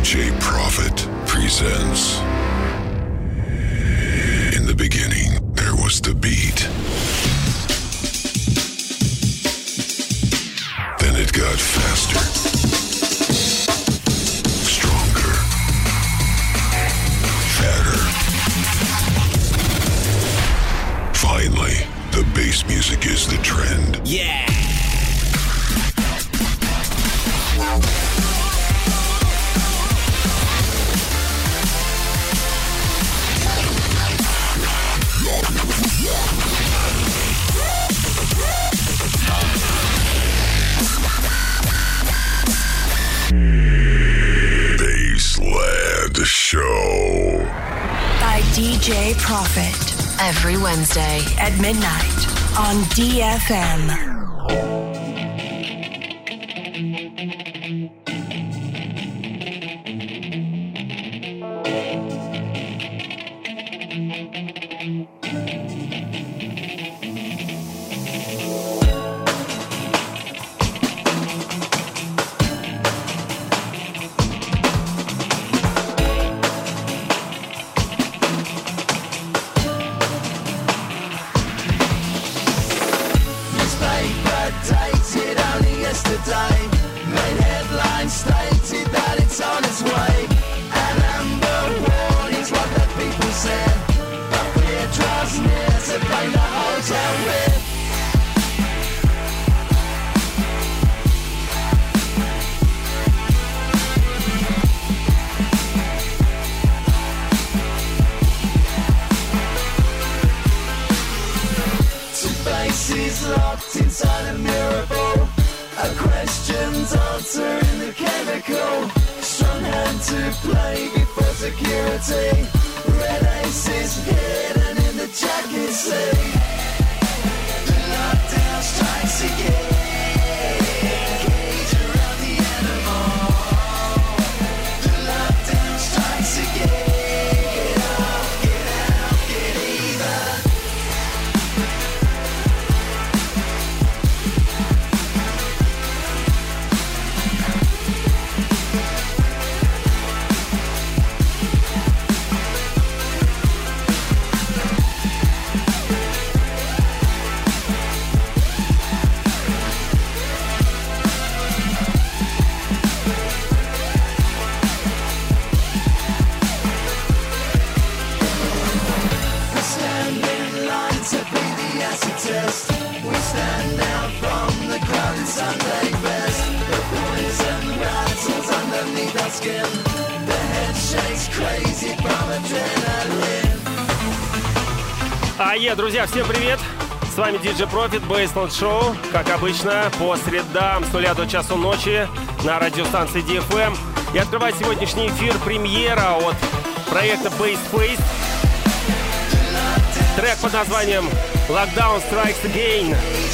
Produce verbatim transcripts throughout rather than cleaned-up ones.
джей Prophet presents. In the beginning, there was the beat. Then it got faster, stronger, fatter. Finally, the bass music is the trend. Yeah! Bassland Show by ди джей Prophet every Wednesday at midnight on ди эф эм. Ае, друзья, всем привет! С вами ди джей Prophet, Bassland Show, как обычно, по средам с нуля до часу ночи на радиостанции ди эф эм. И открывает сегодняшний эфир премьера от проекта Bassface. Трек под названием Lockdown Strikes Again.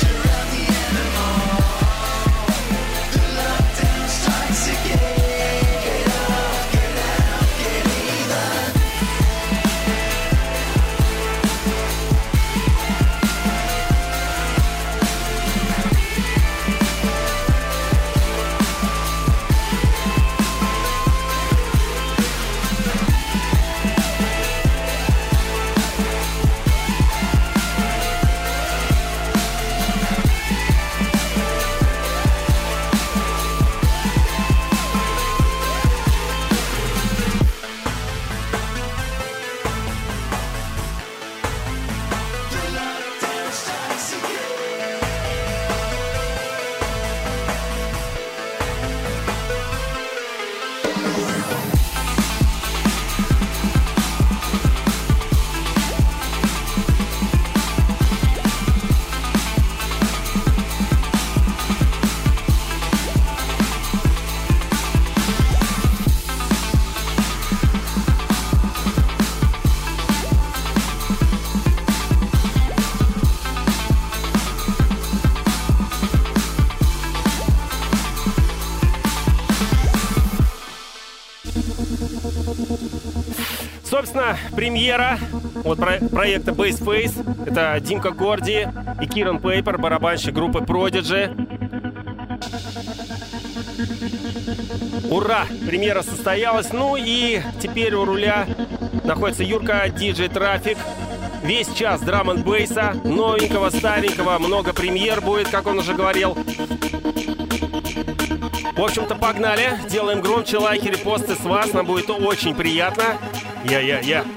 Собственно, премьера от про- проекта Bassface. Это Димка Горди и Киран Пейпер, барабанщик группы Prodigy. Ура! Премьера состоялась. Ну и теперь у руля находится Юрка, диджей Трафик. Весь час драм-н-бейса, новенького, старенького, много премьер будет, как он уже говорил. В общем-то, погнали. Делаем громче, лайки, репосты с вас. Нам будет очень приятно. Я-я-я.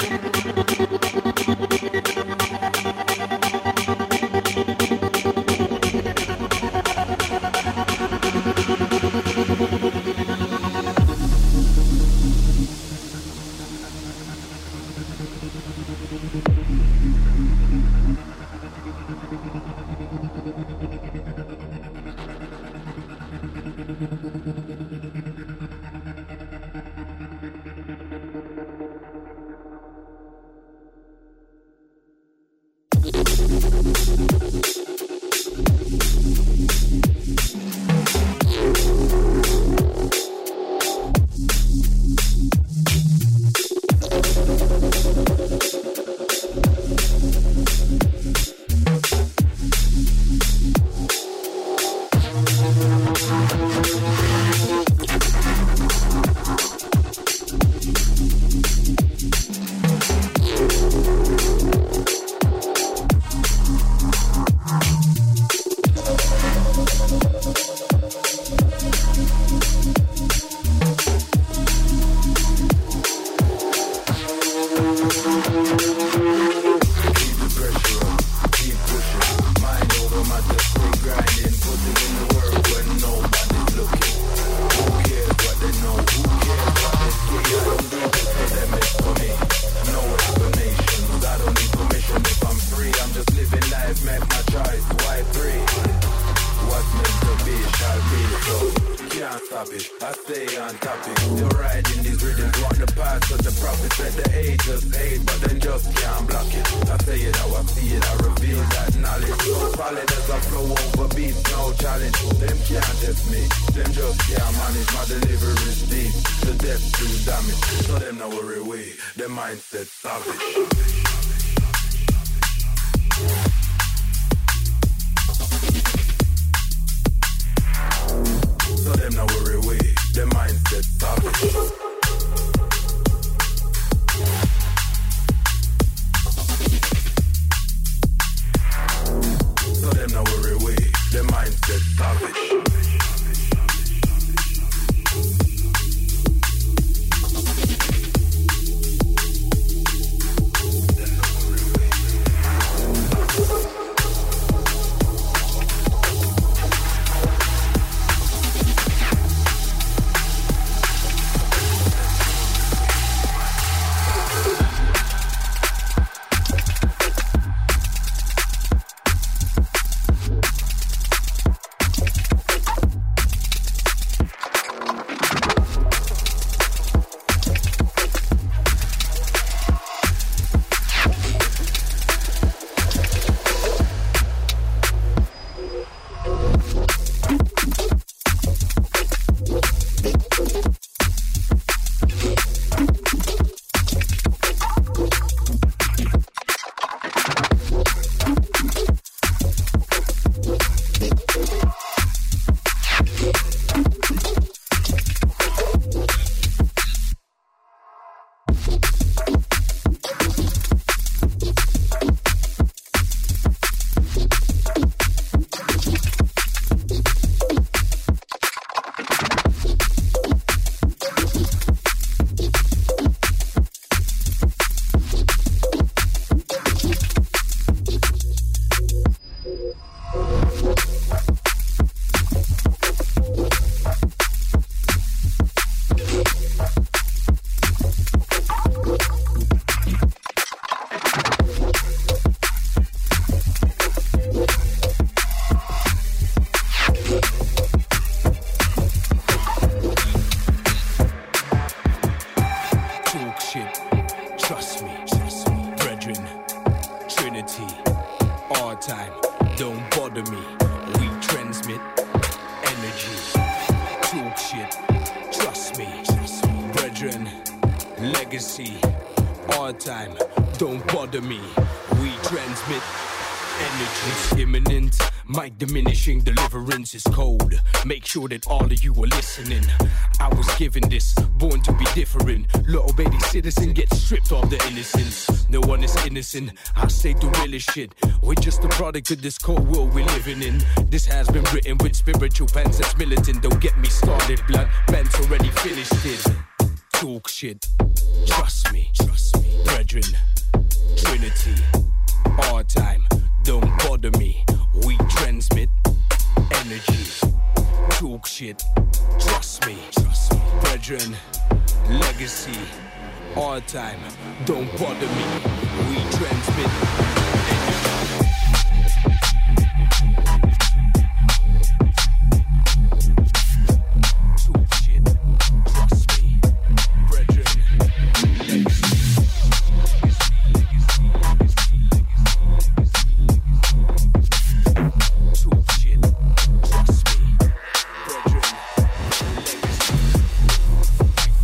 Mic diminishing, deliverance is cold. Make sure that all of you are listening. I was given this, born to be different. Little baby citizen gets stripped of the innocence. No one is innocent, I say the realest shit. We're just a product of this cold world we're living in. This has been written with spiritual pens that's militant. Don't get me started, blood, man's already finished it. Talk shit, trust me, trust me. Brethren, Trinity, our time, don't bother me. We transmit energy. Talk shit, trust me, trust me. Brethren, legacy, our time, don't bother me. We transmit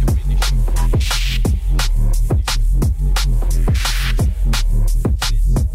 this.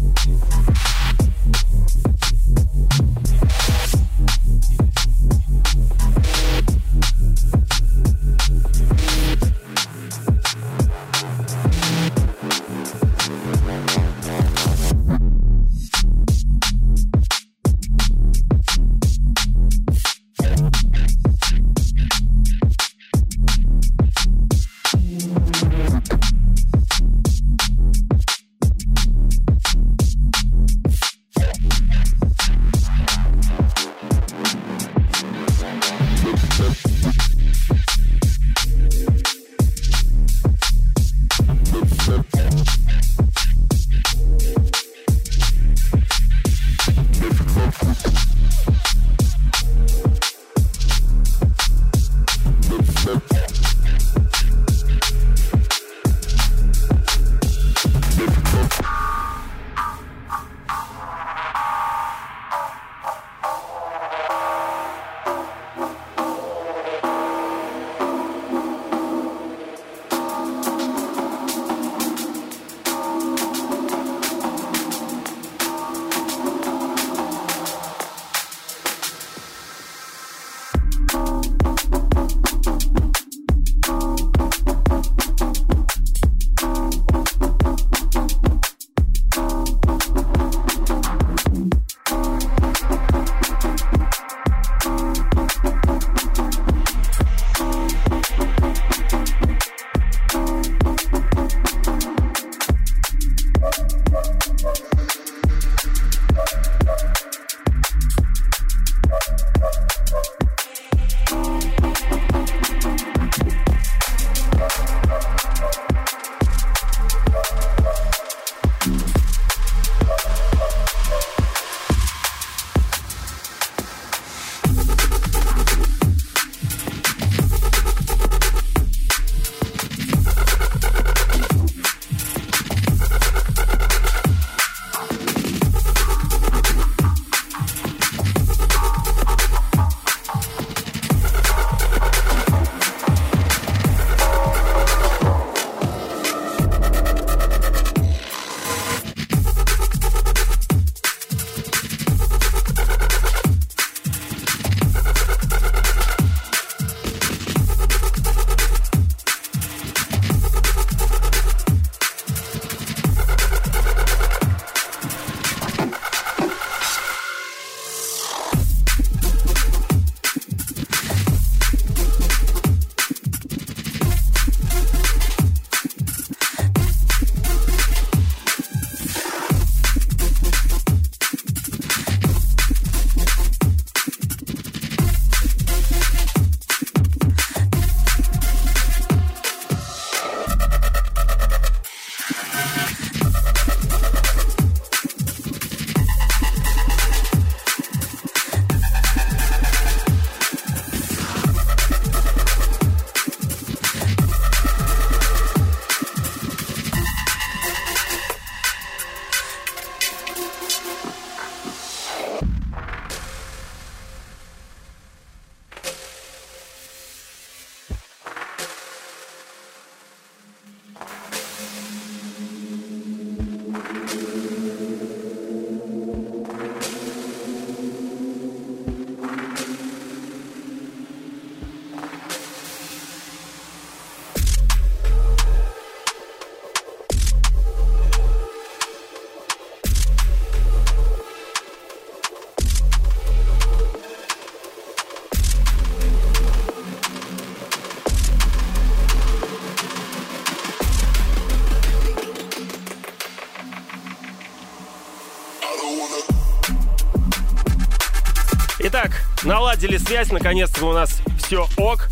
Итак, наладили связь, наконец-то у нас все ок.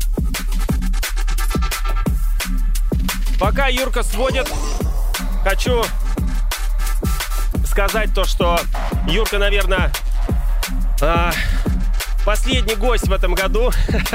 Пока Юрка сводит, хочу сказать то, что Юрка, наверное, а, последний гость в этом году.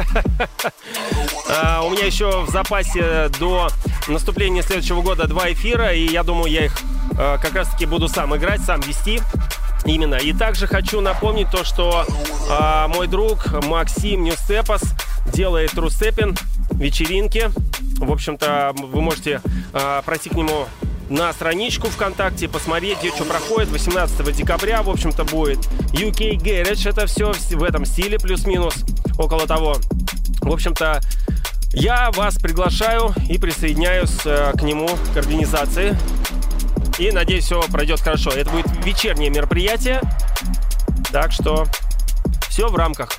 а, у меня еще в запасе до наступления следующего года два эфира, и я думаю, я их а, как раз-таки буду сам играть, сам вести. Именно. И также хочу напомнить то, что а, мой друг Максим Ньюстепас делает трустепин, вечеринки. В общем-то, вы можете а, пройти к нему на страничку ВКонтакте, посмотреть, где что проходит. восемнадцатого декабря, в общем-то, будет ю кей Garage. Это все в этом стиле, плюс-минус, около того. В общем-то, я вас приглашаю и присоединяюсь а, к нему, к организации. И, надеюсь, все пройдет хорошо. Это будет вечернее мероприятие. Так что все в рамках.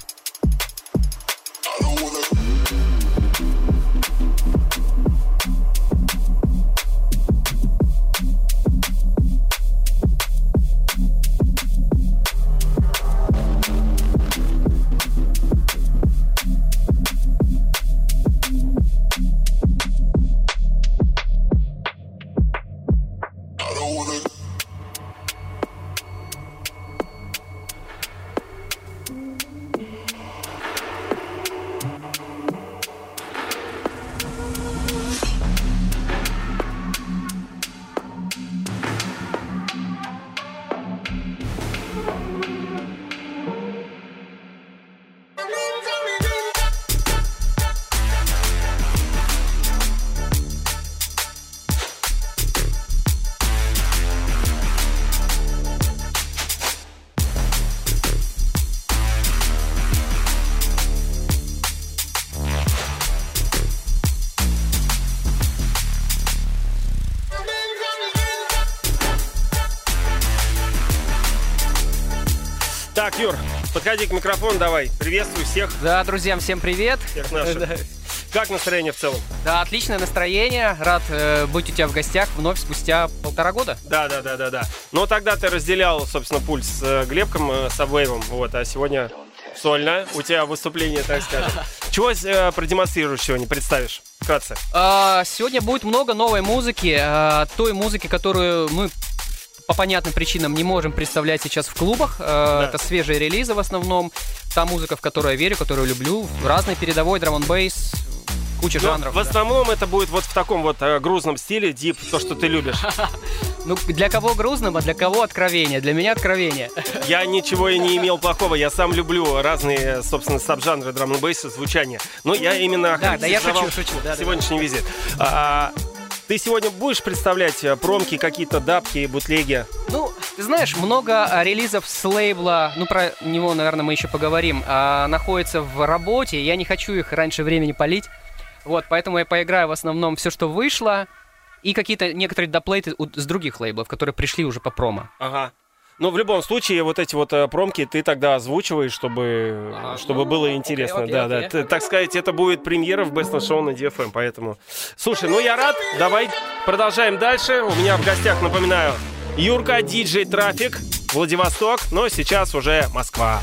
Так, Юр, подходи к микрофону, давай. Приветствую всех. Да, друзьям, всем привет. Всех наших. Да. Как настроение в целом? Да, отличное настроение. Рад э, быть у тебя в гостях вновь спустя полтора года. Да, да, да, да, да. Но тогда ты разделял, собственно, пульс с э, Глебком, э, с Абвейвом, вот, а сегодня сольно. У тебя выступление, так скажем. Чего э, продемонстрируешь сегодня, представишь? Вкратце. А, сегодня будет много новой музыки, а, той музыки, которую мы по понятным причинам не можем представлять сейчас в клубах. Да. Это свежие релизы в основном. Та музыка, в которую я верю, которую люблю. Разный передовой, драм-н-бейс, куча Но жанров. В основном да. это будет вот в таком вот э, грузном стиле, дип, то, что ты любишь. Ну, для кого грузным, а для кого откровение? Для меня откровение. Я ничего и не имел плохого. Я сам люблю разные, собственно, саб-жанры драм-н-бейса, звучания. Но я именно да, да, я шучу, шучу. Да, сегодняшний да, визит. А, Ты сегодня будешь представлять промки, какие-то дабки, бутлеги? Ну, ты знаешь, много релизов с лейбла, ну, про него, наверное, мы еще поговорим, а, находится в работе. Я не хочу их раньше времени палить. Вот, поэтому я поиграю в основном все, что вышло, и какие-то некоторые доплейты с других лейблов, которые пришли уже по промо. Ага. Но в любом случае, вот эти вот промки ты тогда озвучиваешь, чтобы, а, чтобы ну, было интересно. Окей, да, окей, да. Окей. Так сказать, это будет премьера в Best Show на ди эф эм, поэтому... Слушай, ну я рад. Давай продолжаем дальше. У меня в гостях, напоминаю, Юрка, диджей Трафик, Владивосток, но сейчас уже Москва.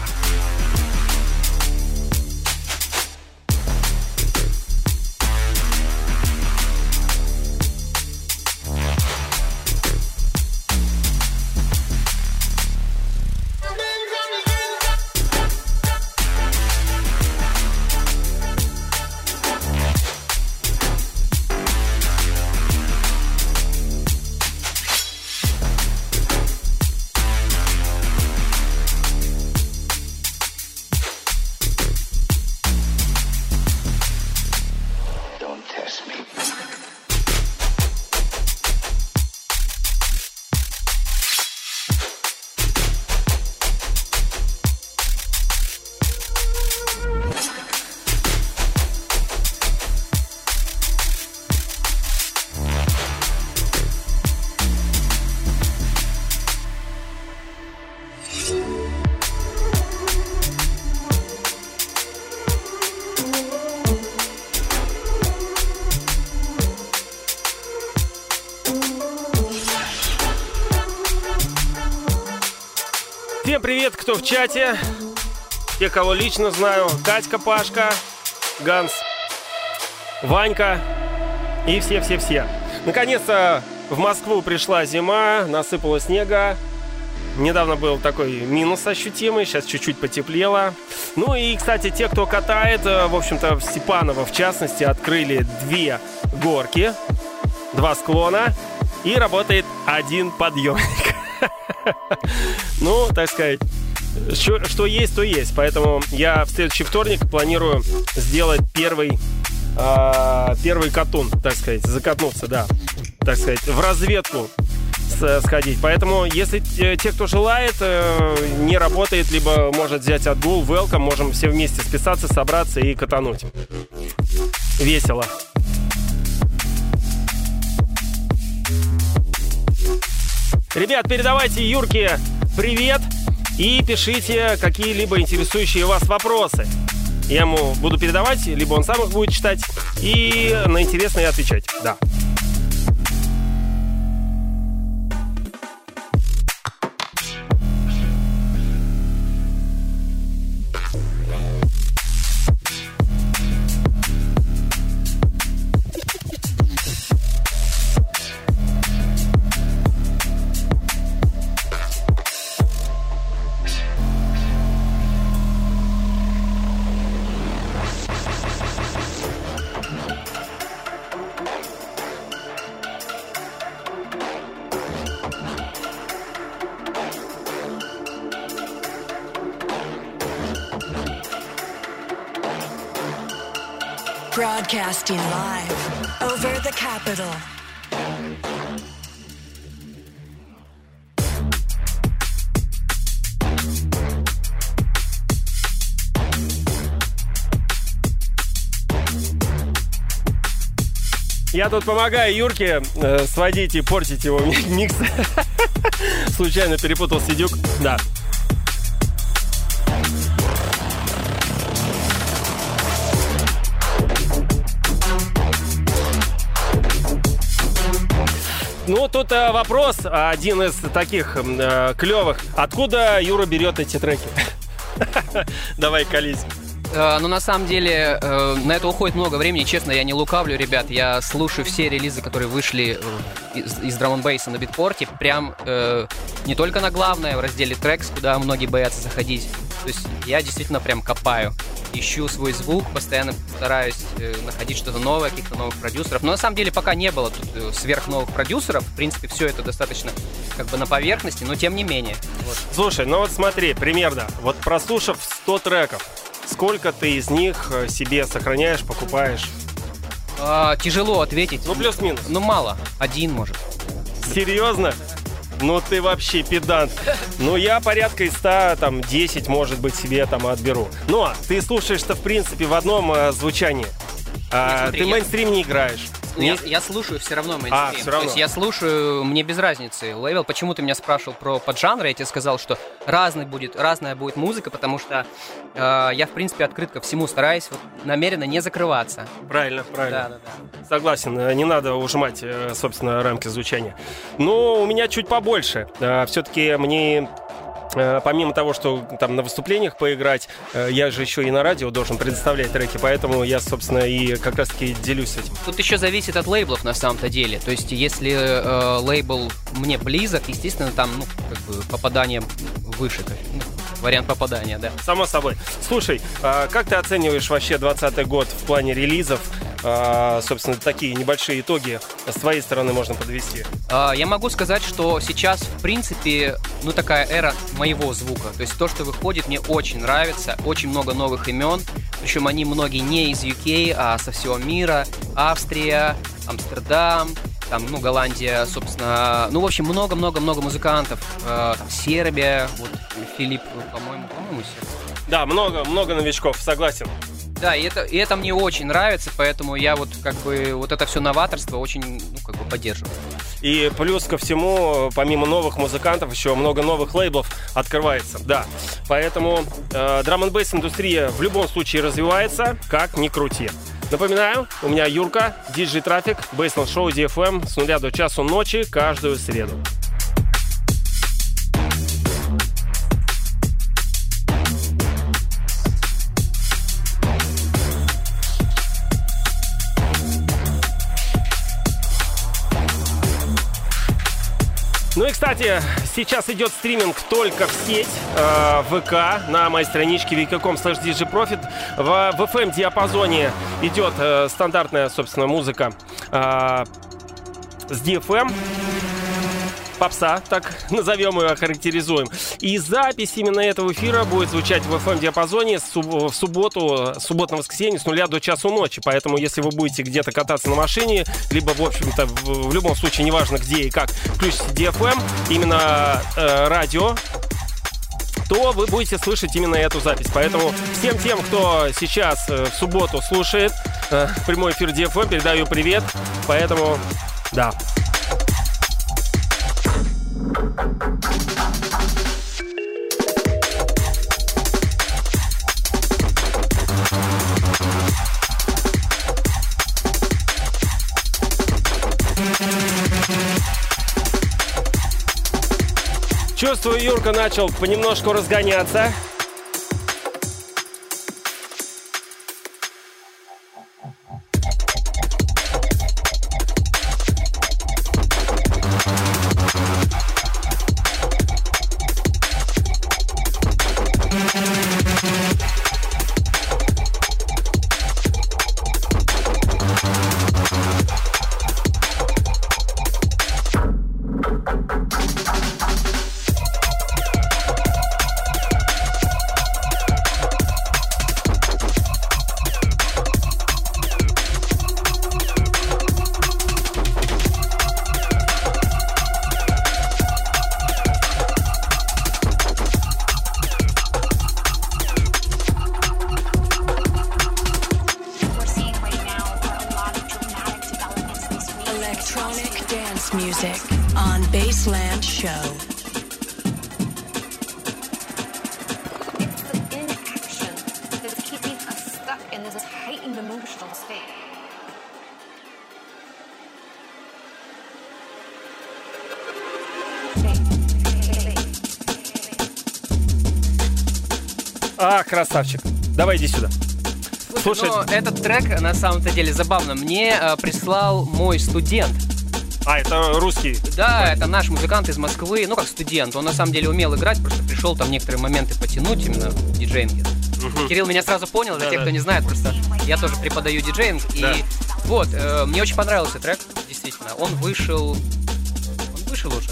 Всем привет, кто в чате. Те, кого лично знаю. Катька, Пашка, Ганс, Ванька и все-все-все. Наконец-то в Москву пришла зима, насыпало снега. Недавно был такой минус ощутимый, сейчас чуть-чуть потеплело. Ну и, кстати, те, кто катает, в общем-то, в Степаново, в частности, открыли две горки, два склона и работает один подъемник. Ну, так сказать, что есть, то есть. Поэтому я в следующий вторник планирую сделать первый, первый катун, так сказать, закатнуться, да, так сказать, в разведку сходить. Поэтому, если те, кто желает, не работает, либо может взять отгул, welcome, можем все вместе списаться, собраться и катануть. Весело. Ребят, передавайте Юрке привет и пишите какие-либо интересующие вас вопросы. Я ему буду передавать, либо он сам их будет читать и на интересные отвечать. Да. Broadcasting live over the capital. Я тут помогаю Юрке э, сводить и портить его микс. Случайно перепутал Сидюк. Да. Ну, тут э, вопрос, один из таких э, клевых. Откуда Юра берет эти треки? Давай, колись. Uh, ну, на самом деле, uh, на это уходит много времени. Честно, я не лукавлю, ребят. Я слушаю все релизы, которые вышли uh, из, из драм н бейса на битпорте. Прям uh, не только на главное, в разделе трекс, куда многие боятся заходить. То есть я действительно прям копаю. Ищу свой звук, постоянно стараюсь uh, находить что-то новое, каких-то новых продюсеров. Но на самом деле пока не было тут uh, сверх новых продюсеров. В принципе, все это достаточно как бы на поверхности, но тем не менее. Вот. Слушай, ну вот смотри, примерно. Вот прослушав сто треков, сколько ты из них себе сохраняешь, покупаешь? А, тяжело ответить. Ну, плюс-минус. Ну, мало. Один, может. Серьезно? Ну, ты вообще педант. Ну, я порядка из ста, там, десять, может быть, себе там отберу. Но ты слушаешь-то, в принципе, в одном а, звучании. А, смотри, ты я... мейнстрим не играешь. Ну, я, я слушаю все равно мейнстрим. А, все равно. То есть я слушаю, мне без разницы. Лейбл, почему ты меня спрашивал про поджанры, я тебе сказал, что разный будет, разная будет музыка, потому что э, я, в принципе, открыт ко всему, стараюсь вот, намеренно не закрываться. Правильно, правильно. Да, да, да. Согласен, не надо ужимать, собственно, рамки звучания. Но у меня чуть побольше. Все-таки мне... Помимо того, что там на выступлениях поиграть, я же еще и на радио должен предоставлять треки, поэтому я, собственно, и как раз-таки делюсь этим. Тут еще зависит от лейблов на самом-то деле. То есть, если э, лейбл мне близок, естественно, там, ну, как бы попадание выше, ну, вариант попадания, да. Само собой. Слушай, а как ты оцениваешь вообще двадцатый год в плане релизов? А, собственно, такие небольшие итоги с твоей стороны можно подвести. А, я могу сказать, что сейчас, в принципе, ну, такая эра моего звука. То есть то, что выходит, мне очень нравится. Очень много новых имен. Причем они многие не из ю кей, а со всего мира. Австрия, Амстердам, там, ну, Голландия, собственно. Ну, в общем, много-много-много музыкантов. Э, там, Сербия, вот Филипп, по-моему, по-моему, Сербия. Да, много, много новичков, согласен. Да, и это, и это мне очень нравится, поэтому я вот как бы вот это все новаторство очень, ну, как бы поддерживаю. И плюс ко всему, помимо новых музыкантов, еще много новых лейблов открывается, да. Поэтому э, драм-н-бейс индустрия в любом случае развивается, как ни крути. Напоминаю, у меня Юрка, диджей Трафик, Бейсленд Шоу ди эф эм с нуля до часу ночи каждую среду. Ну и, кстати, сейчас идет стриминг только в сеть, э, в ВК, на моей страничке ви кей точка ком слэш ди джей профит. В, в эф эм-диапазоне идет э, стандартная, собственно, музыка э, с ди эф эм. Попса, так назовем ее, охарактеризуем. И запись именно этого эфира будет звучать в эф эм-диапазоне в субботу, субботу-воскресенье с нуля до часу ночи. Поэтому, если вы будете где-то кататься на машине, либо, в общем-то, в, в любом случае, неважно где и как, включите ди эф эм, именно э, радио, то вы будете слышать именно эту запись. Поэтому всем тем, кто сейчас э, в субботу слушает э, прямой эфир ди эф эм, передаю привет. Поэтому, да. Чувствую, Юрка начал понемножку разгоняться. А, красавчик. Давай, иди сюда. Слушай, но этот трек на самом-то деле забавно. Мне э, прислал мой студент. А, это русский? Да, это наш музыкант из Москвы. Ну, как студент. Он на самом деле умел играть, просто пришел там некоторые моменты потянуть именно в диджеинге. Угу. Кирилл меня сразу понял, для да, тех, да. кто не знает, просто я тоже преподаю диджеинг. Да. И вот, э, мне очень понравился трек, действительно. Он вышел... Он вышел уже.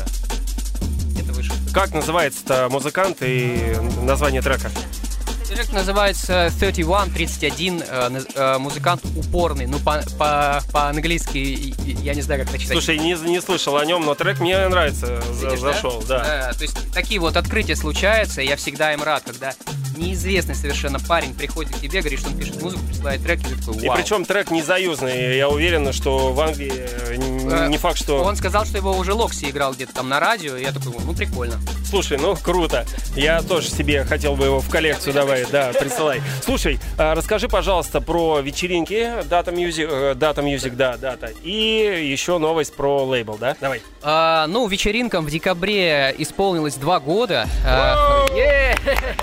Где-то вышел. Как называется-то музыкант и название трека? Трек называется тридцать один, тридцать один, э, э, музыкант упорный, ну по, по, по-английски, я не знаю, как это читать. Слушай, не, не слышал о нем, но трек мне нравится, Видишь, зашел, да? Да? Да. То есть такие вот открытия случаются, и я всегда им рад, когда неизвестный совершенно парень приходит к тебе, говорит, что он пишет музыку, присылает трек, и ты такой, вау. И причем трек не заюзный, я уверен, что в Англии не, не факт, что... Он сказал, что его уже Локси играл где-то там на радио, и я такой, ну прикольно. Слушай, ну круто, я тоже себе хотел бы его в коллекцию, давай, да, присылай. Слушай, расскажи, пожалуйста, про вечеринки, Data Music, Data Music, да, Data, и еще новость про лейбл, да? Давай. А, ну, вечеринкам в декабре исполнилось два года. А, yeah!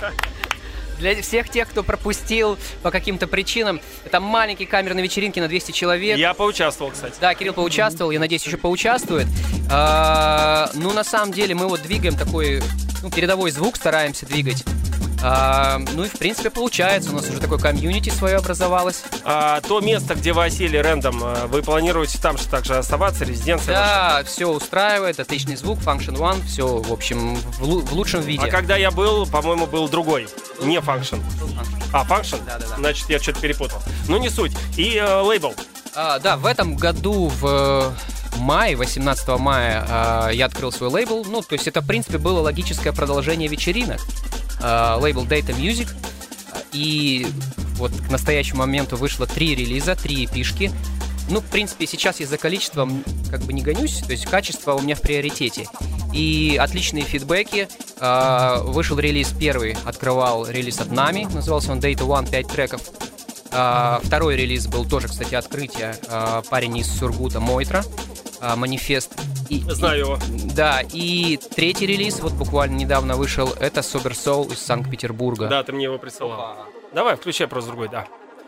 Для всех тех, кто пропустил по каким-то причинам, это маленькие камерные вечеринки на двести человек. Я поучаствовал, кстати. Да, Кирилл поучаствовал, я надеюсь, еще поучаствует. А, ну, на самом деле, мы вот двигаем такой, ну, передовой звук, стараемся двигать. А, ну и в принципе получается, у нас уже такое комьюнити свое образовалось. А то место, где вы осели рэндом, вы планируете там же также оставаться, резиденция? Да, ваша? Все устраивает, отличный звук, Function One, все, в общем, в, лу- в лучшем виде. А когда я был, по-моему, был другой, не Function. А, Function? Да, да, да. Значит, я что-то перепутал. Ну не суть. И э, лейбл. А, да, в этом году в мае, восемнадцатого мая, э, я открыл свой лейбл. Ну, то есть это, в принципе, было логическое продолжение вечеринок. Э, лейбл Data Music. И вот к настоящему моменту вышло три релиза, три эпишки. Ну, в принципе, сейчас я за количеством как бы не гонюсь, то есть качество у меня в приоритете. И отличные фидбэки. Э, вышел релиз первый, открывал релиз от Nami, назывался он Data One, пять треков. Uh, второй релиз был тоже, кстати, открытие. Uh, парень из Сургута, Мойтра, uh, Манифест. И, Знаю и, его. Да, и третий релиз, вот буквально недавно вышел, это Sober Soul из Санкт-Петербурга. Да, ты мне его присылал. Опа. Давай, включай просто другой, да.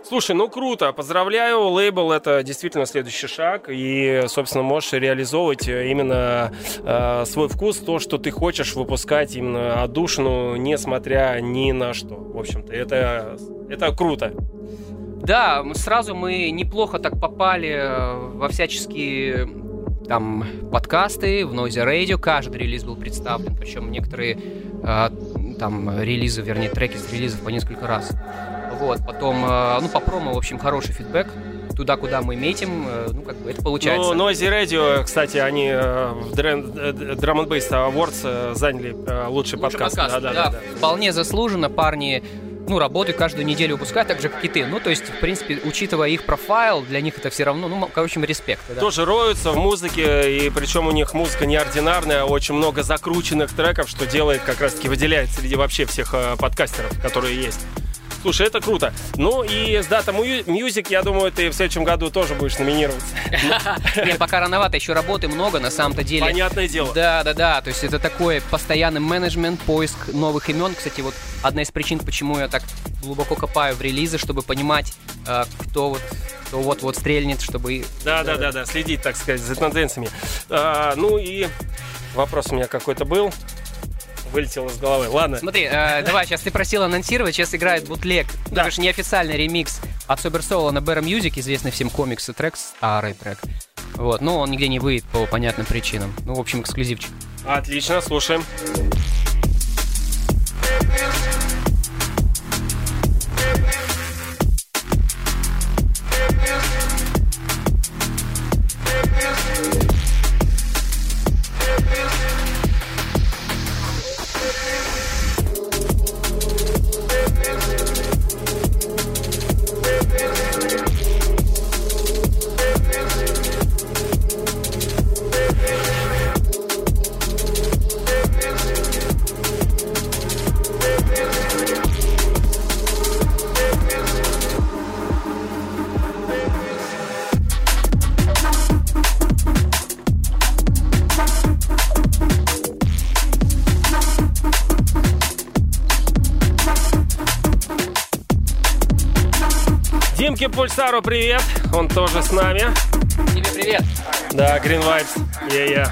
Слушай, ну круто, поздравляю, лейбл — это действительно следующий шаг, и, собственно, можешь реализовывать именно э, свой вкус, то, что ты хочешь выпускать именно отдушину, несмотря ни на что. В общем-то, это, это круто. Да, сразу мы неплохо так попали во всяческие там подкасты, в Noisy Radio, каждый релиз был представлен, причем некоторые э, там релизы, вернее, треки с релизов по несколько раз. Вот, потом, ну, по промо, в общем, хороший фидбэк. Туда, куда мы метим, ну, как бы это получается. Ну, Noisy Radio, кстати, они в Drum энд Bass Awards заняли лучший, лучший подкаст. подкаст. Да, да, да, да, вполне заслуженно. Парни, ну, работают каждую неделю, выпускают, так же, как и ты. Ну, то есть, в принципе, учитывая их профайл, для них это все равно, ну, короче, респект. Да. Тоже роются в музыке, и причем у них музыка неординарная, очень много закрученных треков, что делает, как раз-таки выделяет среди вообще всех подкастеров, которые есть. Слушай, это круто. Ну и с Data Music, я думаю, ты в следующем году тоже будешь номинироваться. Нет, пока рановато, еще работы много, на самом-то деле. Понятное дело. Да, да, да. То есть это такой постоянный менеджмент, поиск новых имен. Кстати, вот одна из причин, почему я так глубоко копаю в релизы, чтобы понимать, кто вот кто вот-вот стрельнет, чтобы... Да, да, да, да, следить, так сказать, за тенденциями. А, ну и вопрос у меня какой-то был. Вылетело из головы. Ладно. Смотри, э, давай, сейчас ты просил анонсировать, сейчас играет бутлег. Да. Это же неофициальный ремикс от Sober Soul на Better Music, известный всем комиксы трек, старый трек. Вот, но он нигде не выйдет по понятным причинам. Ну, в общем, эксклюзивчик. Отлично, слушаем. Димке Пульсару привет, он тоже с нами. Тебе привет. Да, Green Vibes, я-я.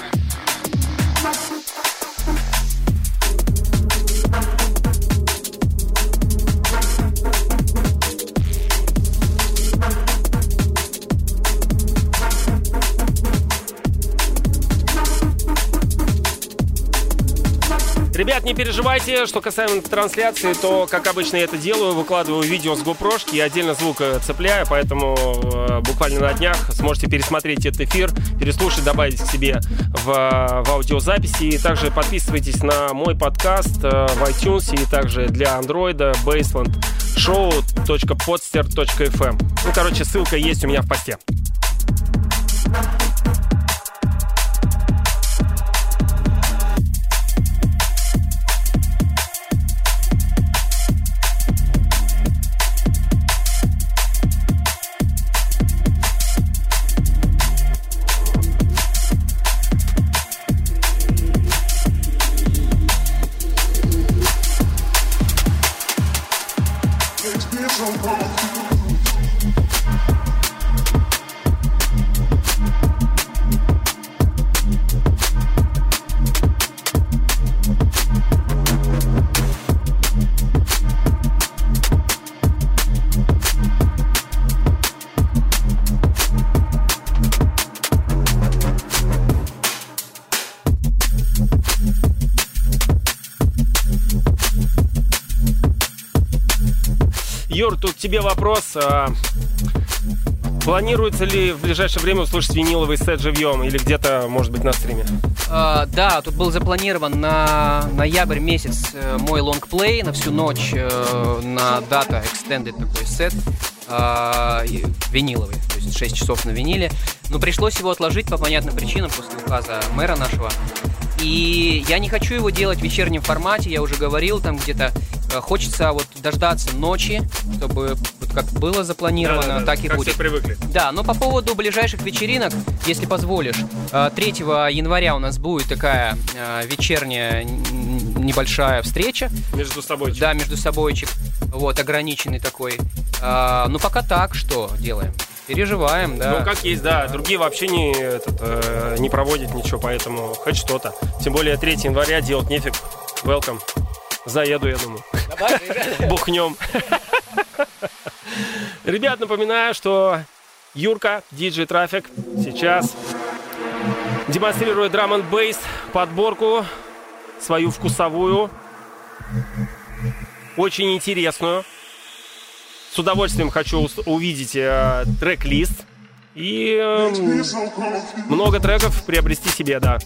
Ребят, не переживайте, что касаемо трансляции, то, как обычно я это делаю, выкладываю видео с GoPro-шки и отдельно звук цепляю, поэтому э, буквально на днях сможете пересмотреть этот эфир, переслушать, добавить к себе в, в аудиозаписи. И также подписывайтесь на мой подкаст э, в iTunes и также для андроида baseland show точка podster точка эф эм. Ну, короче, ссылка есть у меня в посте. Юр, тут к тебе вопрос. Планируется ли в ближайшее время услышать виниловый сет живьем или где-то, может быть, на стриме? Uh, да, тут был запланирован на ноябрь месяц мой лонгплей на всю ночь uh, на Data Extended такой сет uh, виниловый, то есть шесть часов на виниле. Но пришлось его отложить по понятным причинам после указа мэра нашего. И я не хочу его делать в вечернем формате, я уже говорил, там где-то э, хочется вот дождаться ночи, чтобы вот как было запланировано, да, да, да, так и как будет. Все привыкли. Да, но по поводу ближайших вечеринок, если позволишь, э, третьего января у нас будет такая э, вечерняя небольшая встреча. Между собойчик. Да, между собойчик. Вот, ограниченный такой. А, ну, пока так, что делаем? Переживаем, да. Ну, как есть, да. Другие вообще не, этот, э, не проводят ничего, поэтому хоть что-то. Тем более третьего января делать нефиг. Welcome. Заеду, я думаю. Давай, бухнем. Ребят, напоминаю, что Юрка, диджей Трафик, сейчас демонстрирует драм-н-бейс, подборку свою вкусовую, очень интересную. С удовольствием хочу увидеть э, трек-лист и э, много треков приобрести себе, да.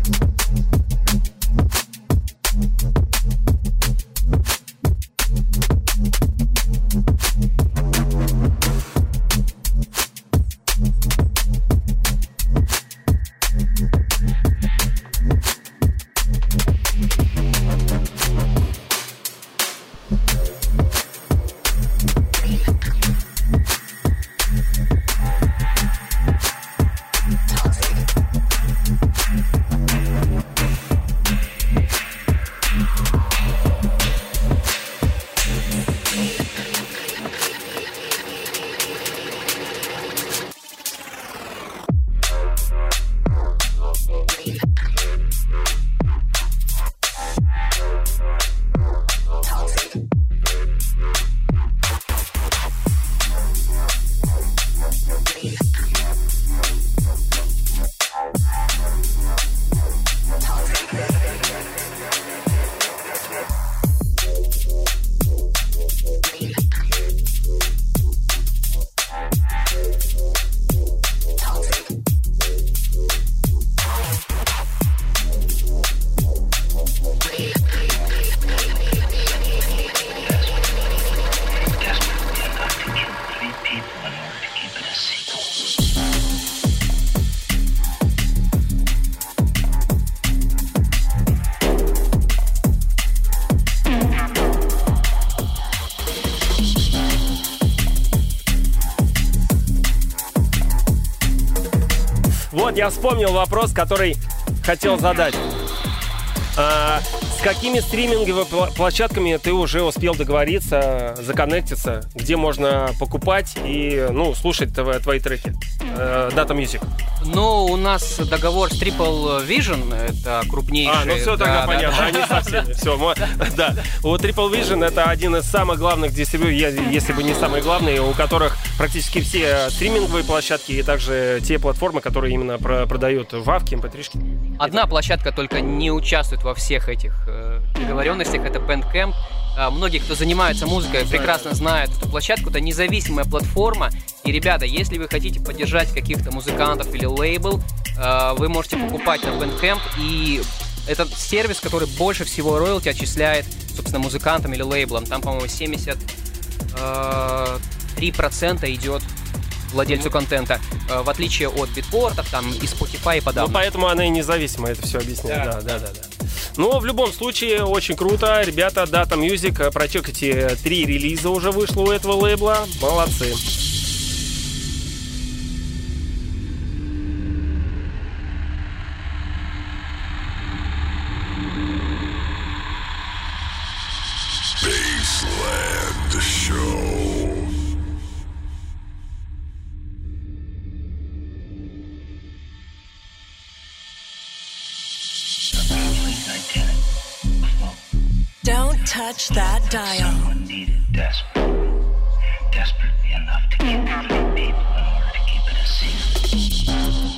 Вот, я вспомнил вопрос, который хотел задать. А, с какими стриминговыми площадками ты уже успел договориться, законнектиться, где можно покупать и, ну, слушать твои треки? Data Music. Ну, у нас договор с Triple Vision, это крупнейший. А, ну все, тогда да, понятно, да, они со всеми. Все, мы, да. У Triple Vision это один из самых главных дистрибьюторов, если бы не самый главный, у которых практически все стриминговые площадки и также те платформы, которые именно про- продают вавки, эм пэ три-шки. Одна площадка только не участвует во всех этих э, договоренностях, это Bandcamp. Э, многие, кто занимается музыкой, прекрасно знают эту площадку. Это независимая платформа. И, ребята, если вы хотите поддержать каких-то музыкантов или лейбл, э, вы можете покупать на Bandcamp. И это сервис, который больше всего роялти отчисляет, собственно, музыкантам или лейблам. Там, по-моему, семьдесят три процента идет владельцу mm-hmm. контента, в отличие от битпортов, там, и Spotify и подавно. Ну, поэтому она и независима, это все объясняет. Да, да, да, да. да. Но в любом случае, очень круто. Ребята, Data Music, прочекайте, три релиза уже вышло у этого лейбла. Молодцы. Baseland Show. Don't touch that dial. Someone needed desperate, desperately enough to keep it from people in order to keep it a secret.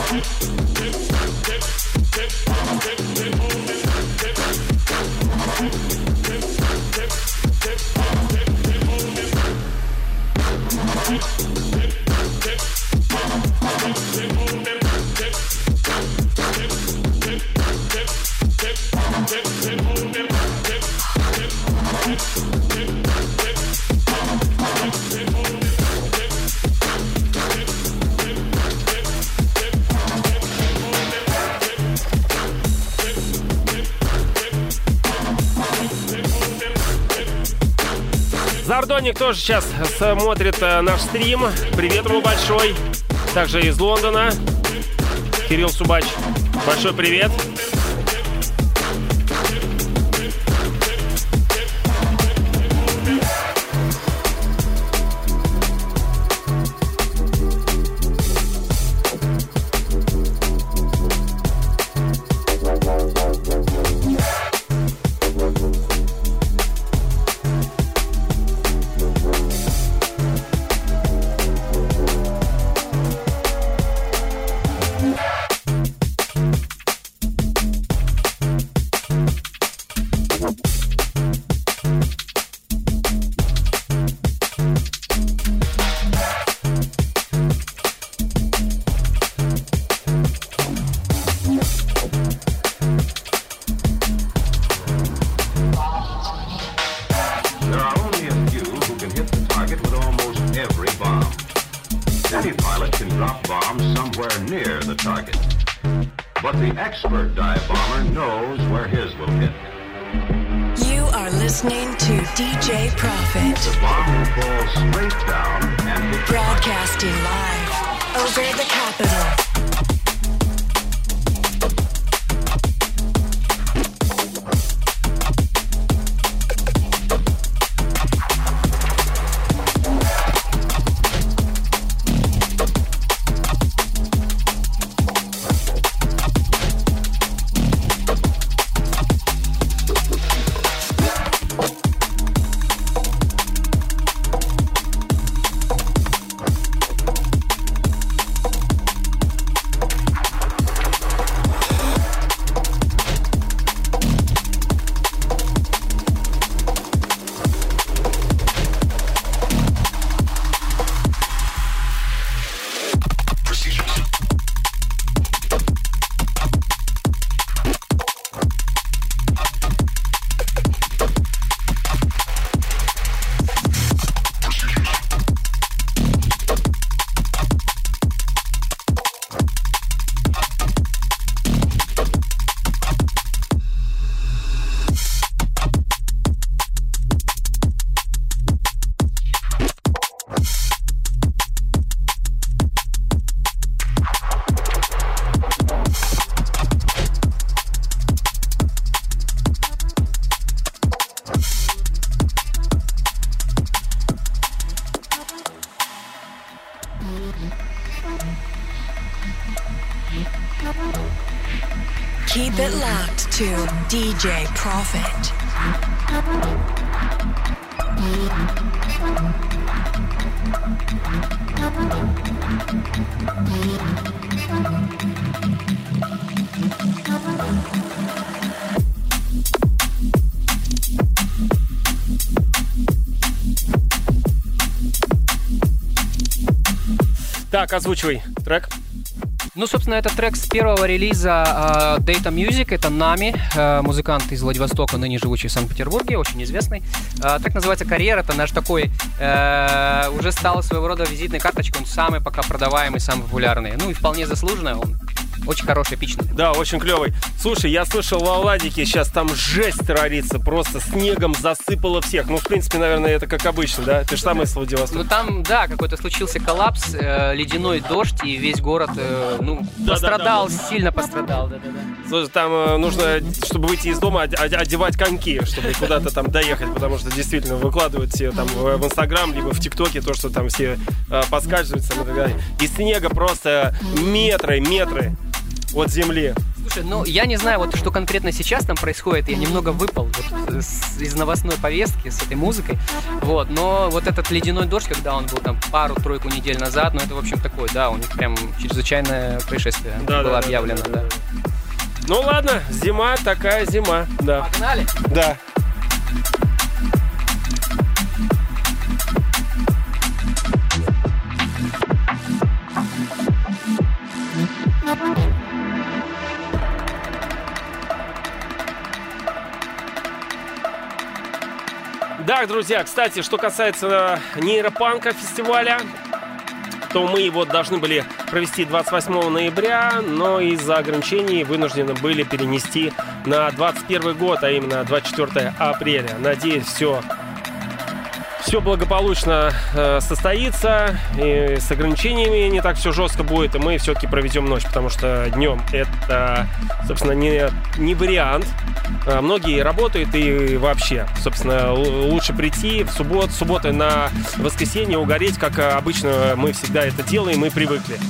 Зардоник тоже сейчас смотрит наш стрим. Привет ему большой. Также из Лондона. Кирилл Субач. Большой привет. Keep it locked to ди джей Profit. Так, озвучивай трек. Ну, собственно, это трек с первого релиза э, Data Music. Это Нами, э, музыкант из Владивостока, ныне живущий в Санкт-Петербурге, очень известный. Э, трек называется «Карьера». Это наш такой, э, уже стал своего рода визитной карточкой. Он самый пока продаваемый, самый популярный. Ну и вполне заслуженно. Он очень хороший, эпичный. Да, очень клевый. Слушай, я слышал, в Авладике сейчас там жесть творится. Просто снегом засыпало всех. Ну, в принципе, наверное, это как обычно, да? Ты же сам из Владивостока. Ну, там, да, какой-то случился коллапс, э, ледяной дождь, и весь город, э, ну, да, пострадал, да, да, да. сильно пострадал. Да-да-да. Слушай, там э, нужно, чтобы выйти из дома, одевать коньки, чтобы куда-то там доехать, потому что действительно выкладывают все там в Инстаграм, либо в ТикТоке то, что там все э, подскальзываются. И снега просто метры, метры от земли. Слушай, ну я не знаю, вот что конкретно сейчас там происходит, я немного выпал вот, с, из новостной повестки с этой музыкой, вот, но вот этот ледяной дождь, когда он был там пару-тройку недель назад, ну это, в общем, такое, да, у них прям чрезвычайное происшествие да, было да, объявлено, да, да, да. да. Ну ладно, зима такая зима, да. Погнали? Да. Да, друзья, кстати, что касается нейропанка фестиваля, то мы его должны были провести двадцать восьмого ноября, но из-за ограничений вынуждены были перенести на двадцать первый год, а именно двадцать четвёртого апреля. Надеюсь, все, все благополучно э, состоится, и с ограничениями не так все жестко будет, и мы все-таки проведем ночь, потому что днем это, собственно, не, не вариант. Многие работают и вообще, собственно, лучше прийти в субботу, субботы на воскресенье, угореть, как обычно мы всегда это делаем, мы привыкли.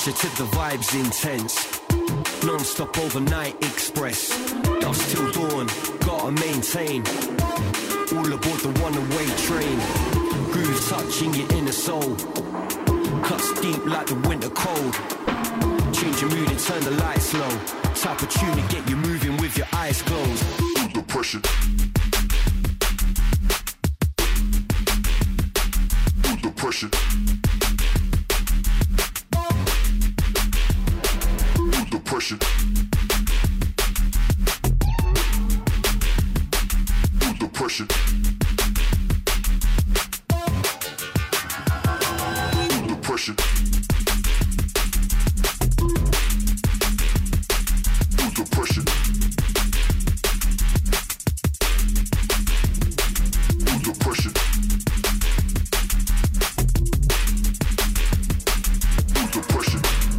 pressure to the vibes intense. Non-stop overnight express. Dusk till dawn, gotta maintain. All aboard the one-way train. Groove touching your inner soul. Cuts deep like the winter cold. Change your mood and turn the lights low. Type of tune to get you moving with your eyes closed. The pressure. The pressure. The pressure. The pressure. The pressure. The pressure. The pressure. The pressure.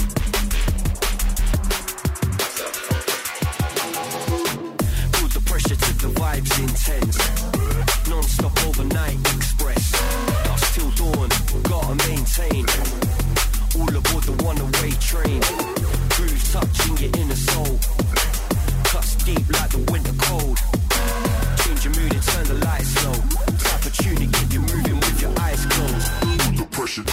Put the pressure to the vibes intense. Non-stop overnight express. Dusk till dawn, gotta maintain. All aboard the one-way train. Groove touching your inner soul. Cuts deep like the winter cold. Change your mood and turn the lights low. Type of tune to get you moving with your eyes closed. The pressure.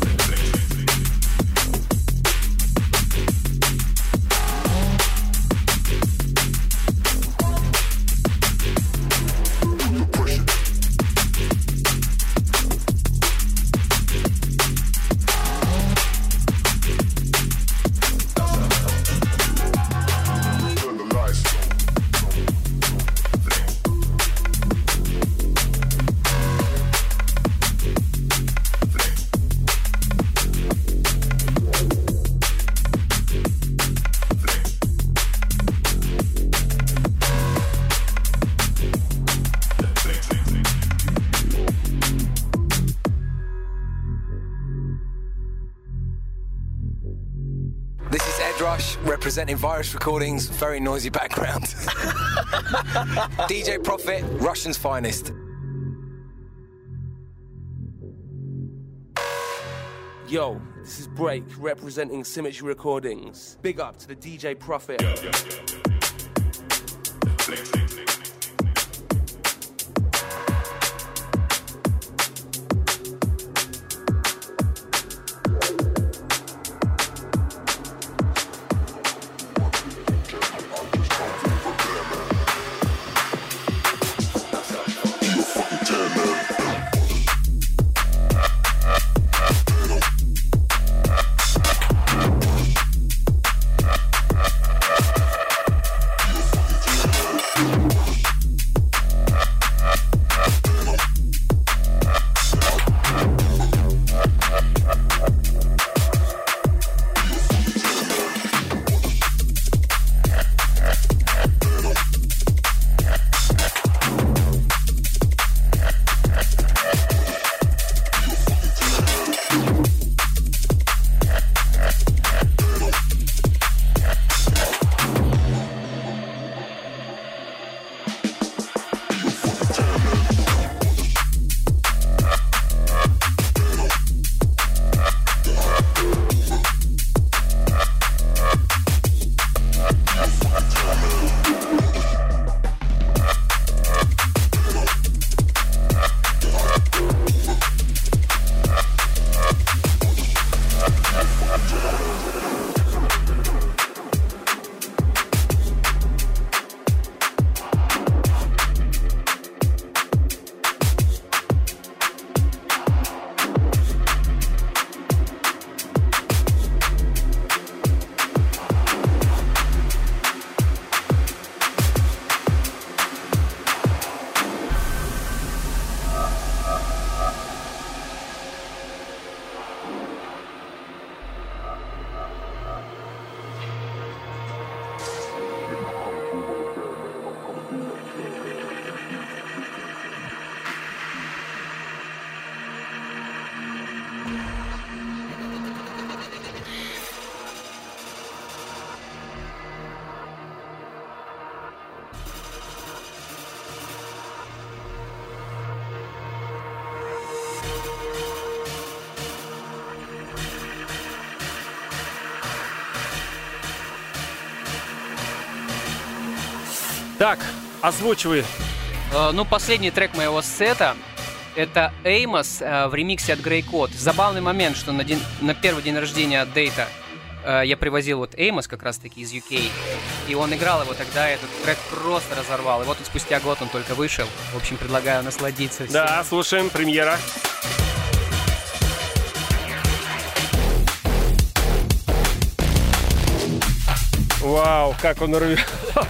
Representing Virus Recordings, very noisy background. D J Profit, Russian's finest. Yo, this is Break, representing Symmetry Recordings. Big up to the D J Profit. You Так, озвучивай. Э, ну, последний трек моего сета — это Эймос э, в ремиксе от Grey Code. Забавный момент, что на, день, на первый день рождения от Дейта э, я привозил вот Эймос как раз-таки из ю кей, и он играл его тогда, этот трек просто разорвал. И вот спустя год он только вышел. В общем, предлагаю насладиться всем. Да, слушаем, премьера. Вау, как он рвет.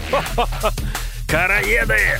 Караеды!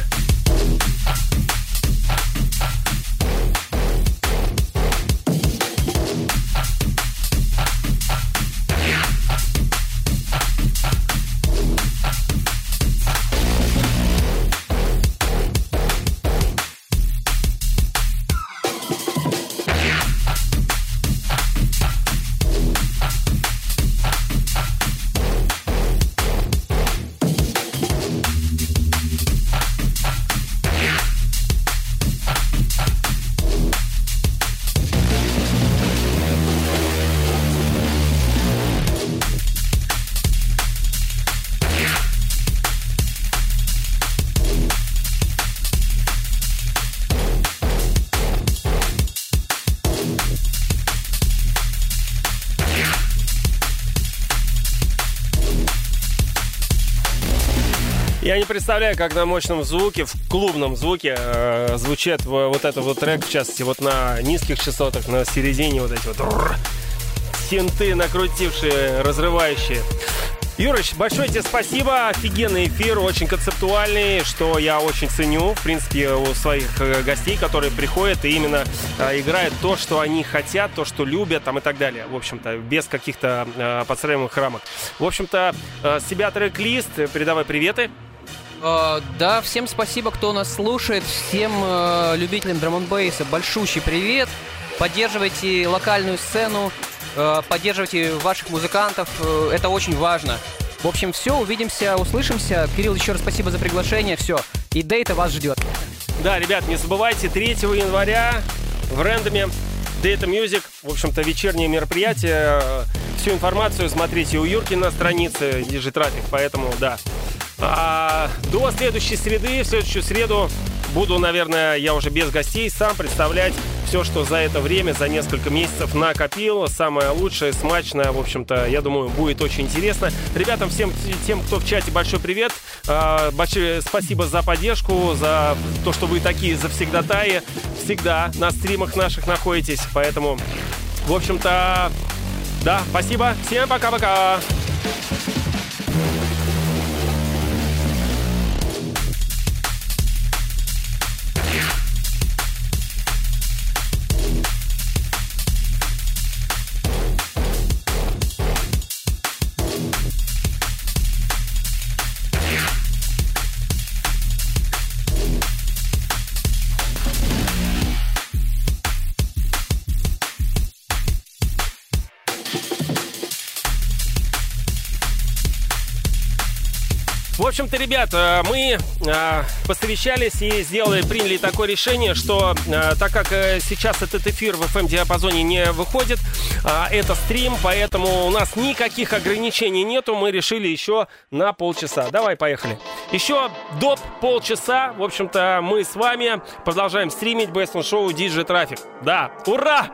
Я не представляю, как на мощном звуке, в клубном звуке э, звучит вот этот вот трек, в частности, вот на низких частотах, на середине вот эти вот рррр, синты накрутившие, разрывающие. Юрыч, большое тебе спасибо, офигенный эфир, очень концептуальный, что я очень ценю, в принципе, у своих гостей, которые приходят и именно э, играют то, что они хотят, то, что любят, там и так далее, в общем-то, без каких-то э, подстраиваемых рамок. В общем-то, э, с себя трек-лист, передавай приветы. Uh, да, всем спасибо, кто нас слушает. Всем uh, любителям драм-н-бейса большущий привет. Поддерживайте локальную сцену, uh, поддерживайте ваших музыкантов. Uh, это очень важно. В общем, все, увидимся, услышимся. Кирилл, еще раз спасибо за приглашение. Все, и Дейта вас ждет. Да, ребят, не забывайте, третьего января в Рэндоме Дейта Music, в общем-то, вечернее мероприятие. Всю информацию смотрите у Юрки на странице Digitraffic, поэтому, да. А до следующей среды, в следующую среду буду, наверное, я уже без гостей сам представлять все, что за это время, за несколько месяцев накопил. Самое лучшее, смачное, в общем-то, я думаю, будет очень интересно. Ребятам, всем тем, кто в чате, большой привет. Большое спасибо за поддержку, за то, что вы такие завсегдатаи. Всегда на стримах наших находитесь. Поэтому, в общем-то, да, спасибо. Всем пока-пока. В общем-то, ребят, мы э, посовещались и сделали, приняли такое решение, что э, так как э, сейчас этот эфир в эф эм-диапазоне не выходит, э, это стрим, поэтому у нас никаких ограничений нету, мы решили еще на полчаса. Давай, поехали. Еще доп. Полчаса, в общем-то, мы с вами продолжаем стримить Baseline Show Digitraffic. Да, ура!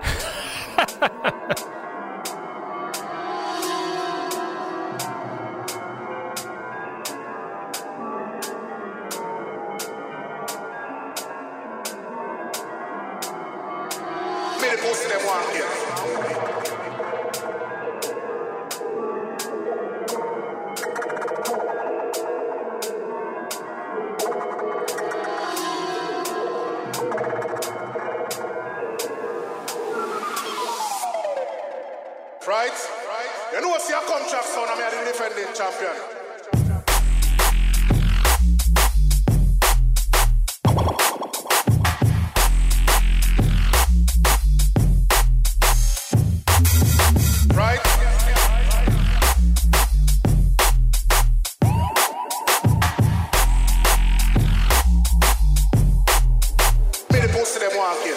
Right? You know what's your contract sound, I'm the defending champion. Right? Me the pussy them want kill.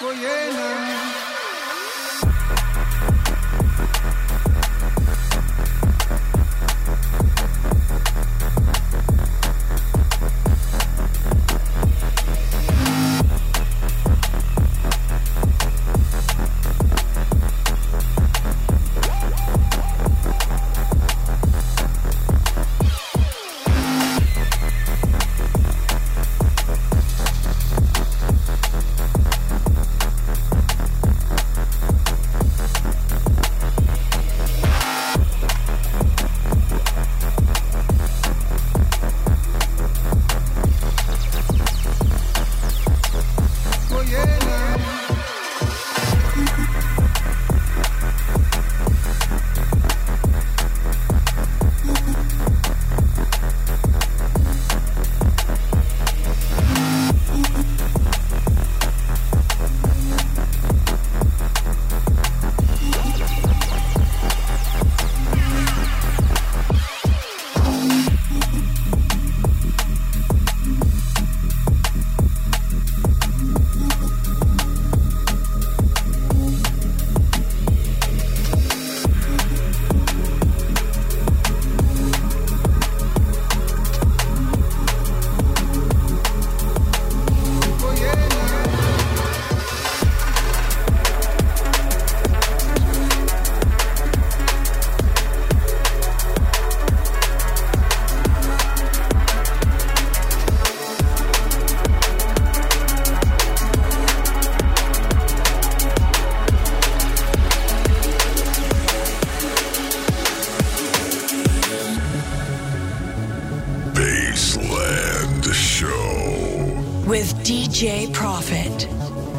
with ди джей Profit.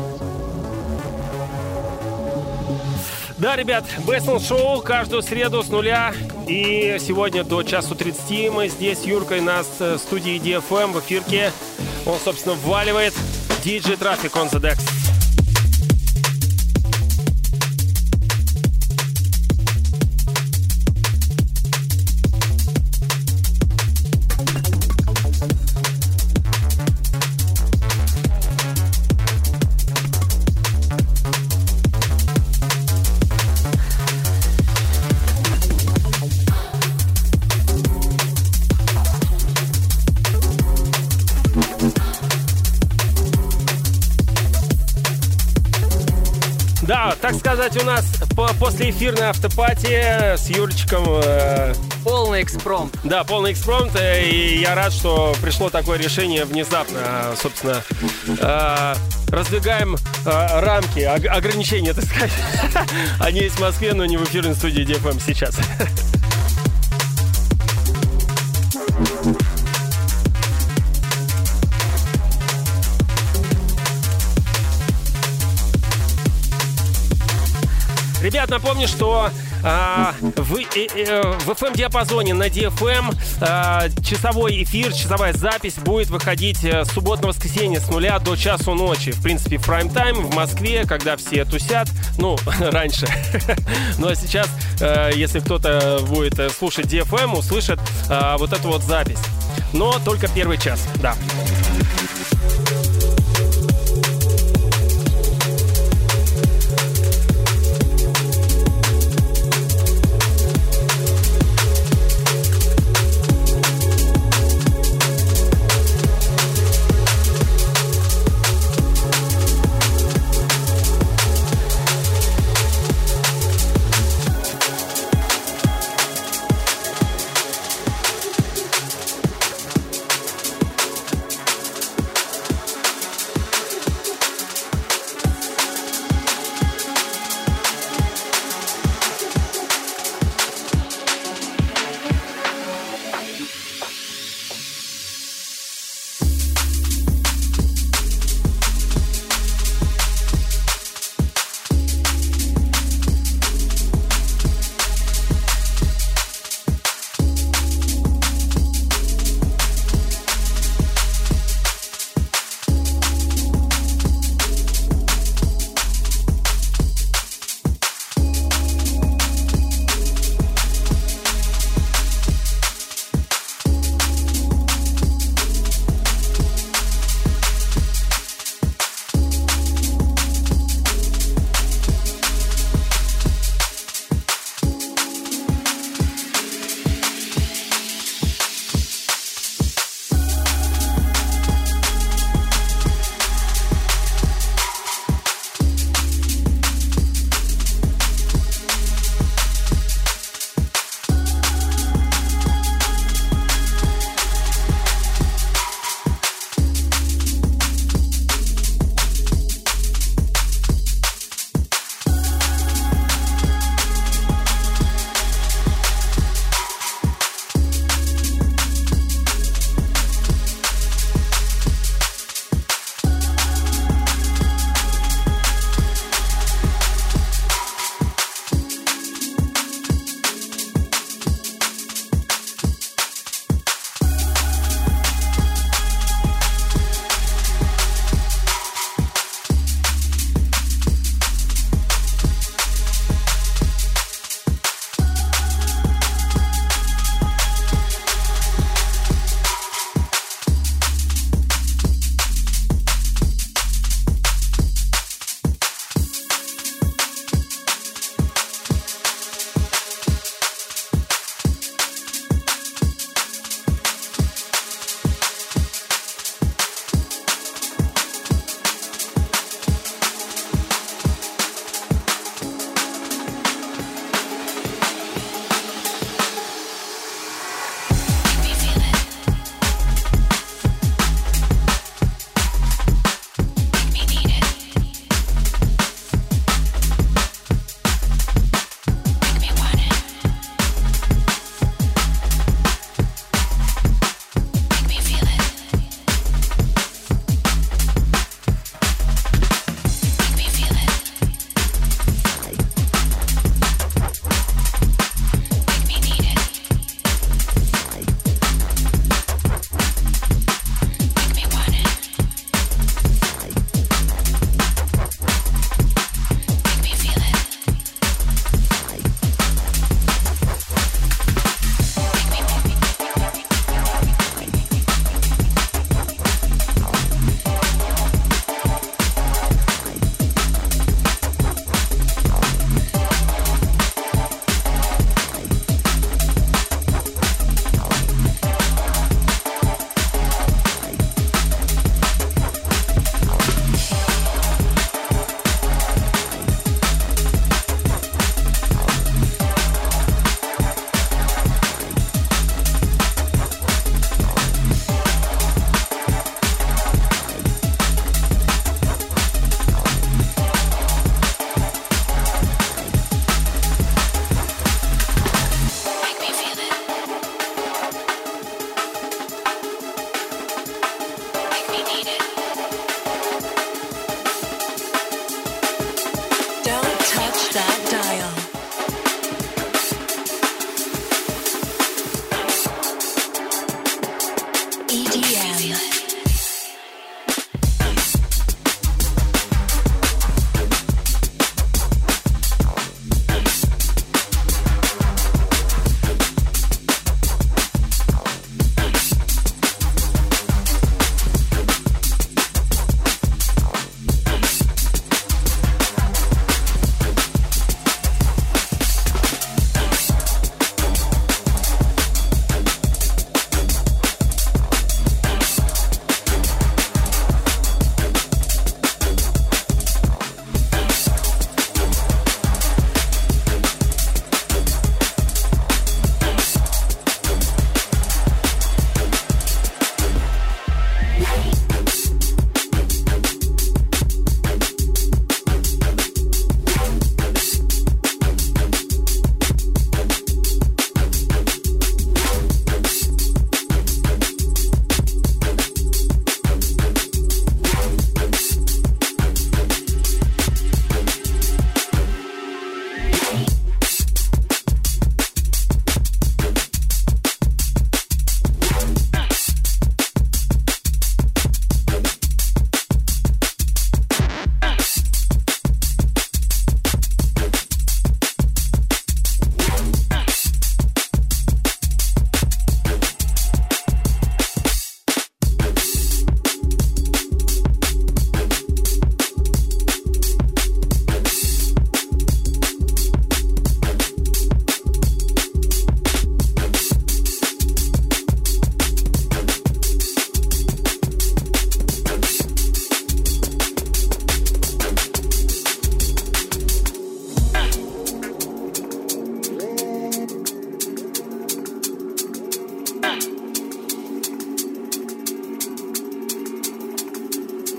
Да, ребят, Bassland Show каждую среду с нуля. И сегодня до часу тридцати мы здесь с Юркой на студии ди эф эм в эфирке. Он, собственно, вваливает ди джей Traffic on the decks. Да, так сказать, у нас по послеэфирной автопати с Юрчиком... Э, полный экспромт. Да, полный экспромт, э, и я рад, что пришло такое решение внезапно. Собственно, э, раздвигаем э, рамки, ог- ограничения, так сказать. Они есть в Москве, но не в эфирной студии ди эф эм сейчас. Ребят, напомню, что э, в, э, э, в эф эм-диапазоне на ди эф эм э, часовой эфир, часовая запись будет выходить э, с субботы на воскресенье с нуля до часу ночи. В принципе, в прайм-тайм в Москве, когда все тусят, ну, раньше. Ну, а сейчас, э, если кто-то будет слушать ди эф эм, услышит э, вот эту вот запись. Но только первый час, да.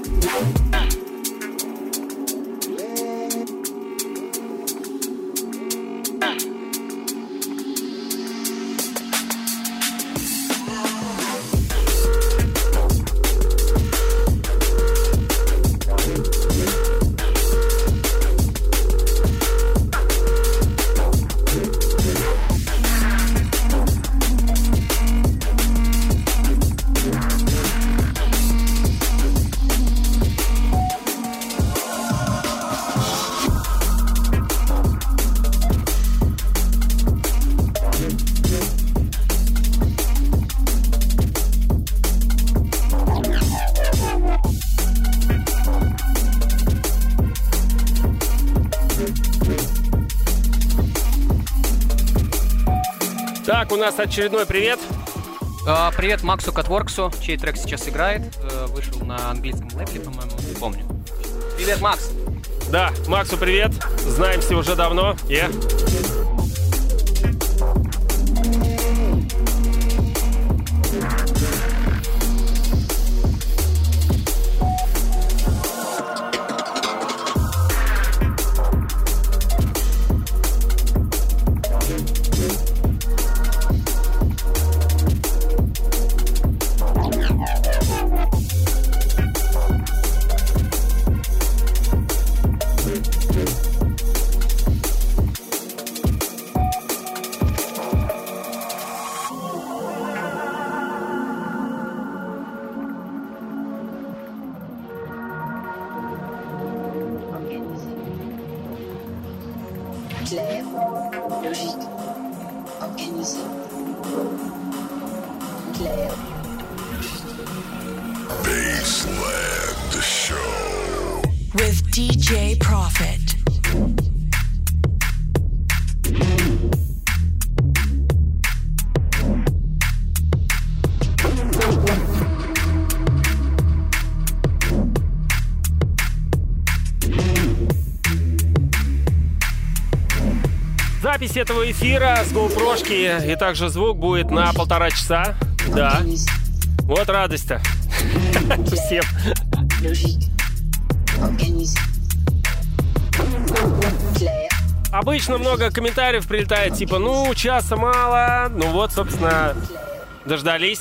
Так, у нас очередной привет. Uh, привет Максу Катворксу, чей трек сейчас играет. Uh, вышел на английском лейбле, по-моему, не помню. Привет, Макс. Да, Максу привет. Знаемся уже давно. Yeah. Clair, logique, organisé. Clair. Baseland Show with D J Profit. Запись этого эфира с GoPro-шки и также звук будет на полтора часа. Да. Вот радость-то. Всем. Обычно много комментариев прилетает, типа, ну, часа мало. Ну вот, собственно, дождались.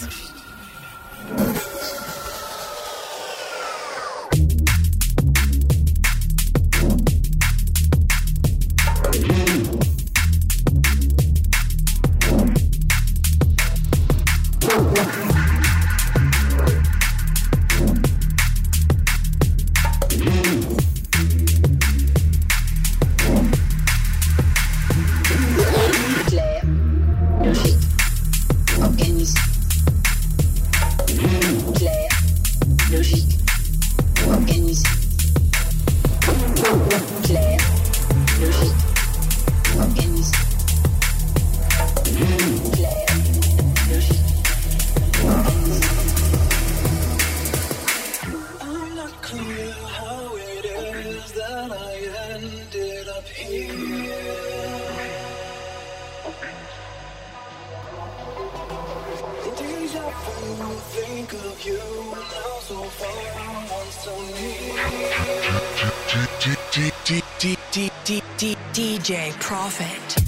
D J Profit.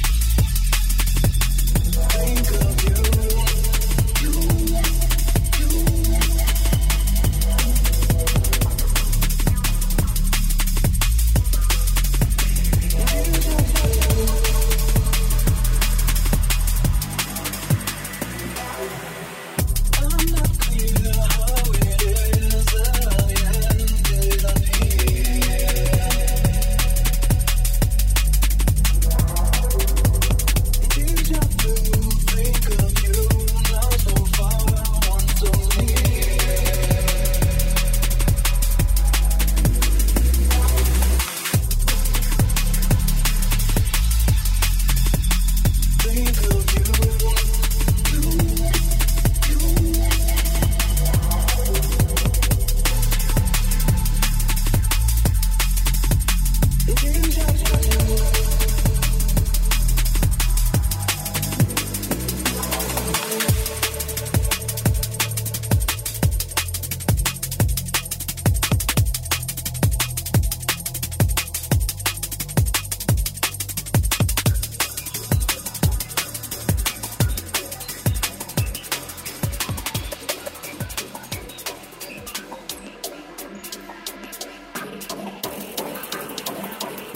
Think of you, you, you.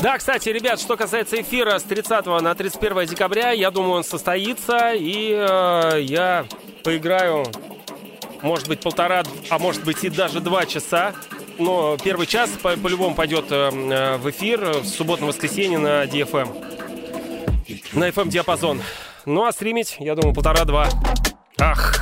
Да, кстати, ребят, что касается эфира с тридцатого на тридцать первое декабря, я думаю, он состоится, и э, я поиграю, может быть, полтора, а может быть и даже два часа. Но первый час по- по-любому пойдет э, в эфир в субботу-воскресенье на ди эф эм. На эф эм-диапазон. Ну, а стримить, я думаю, полтора-два. Ах.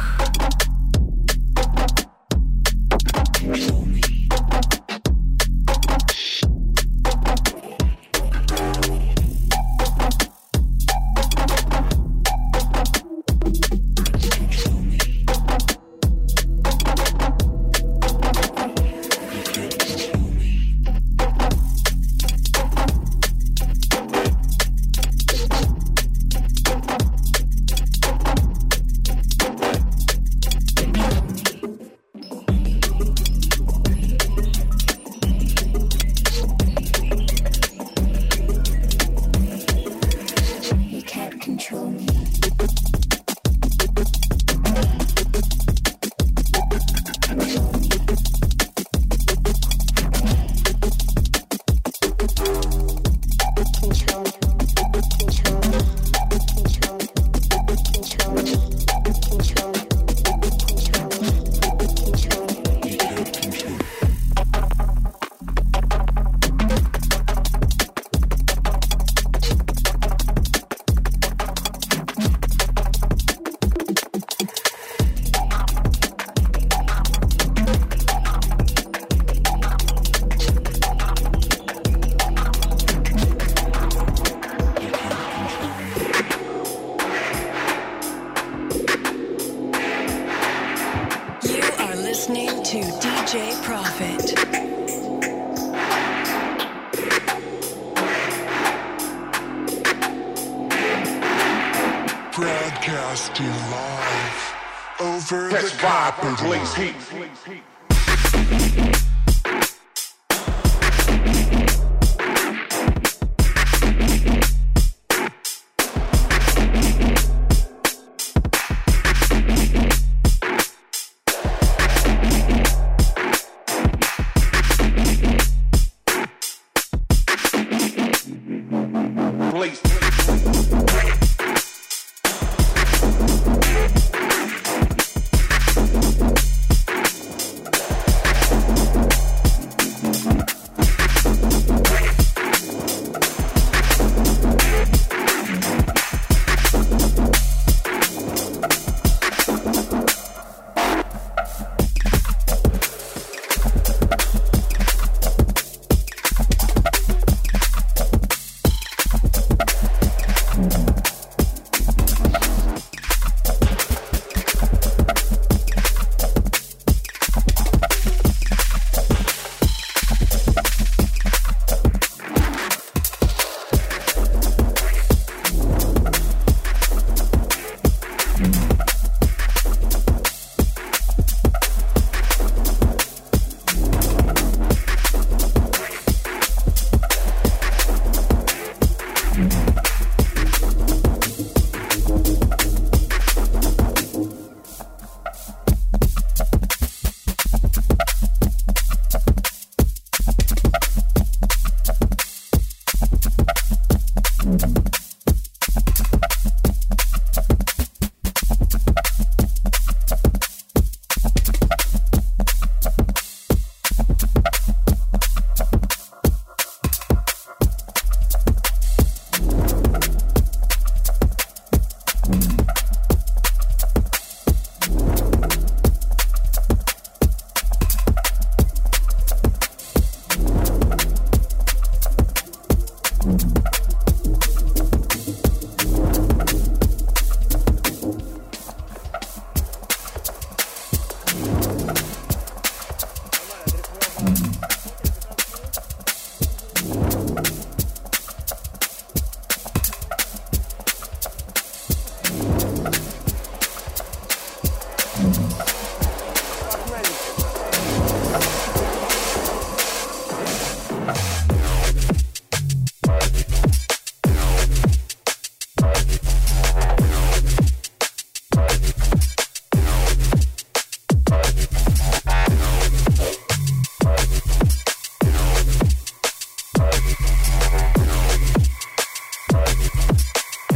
Broadcasting live over the capital.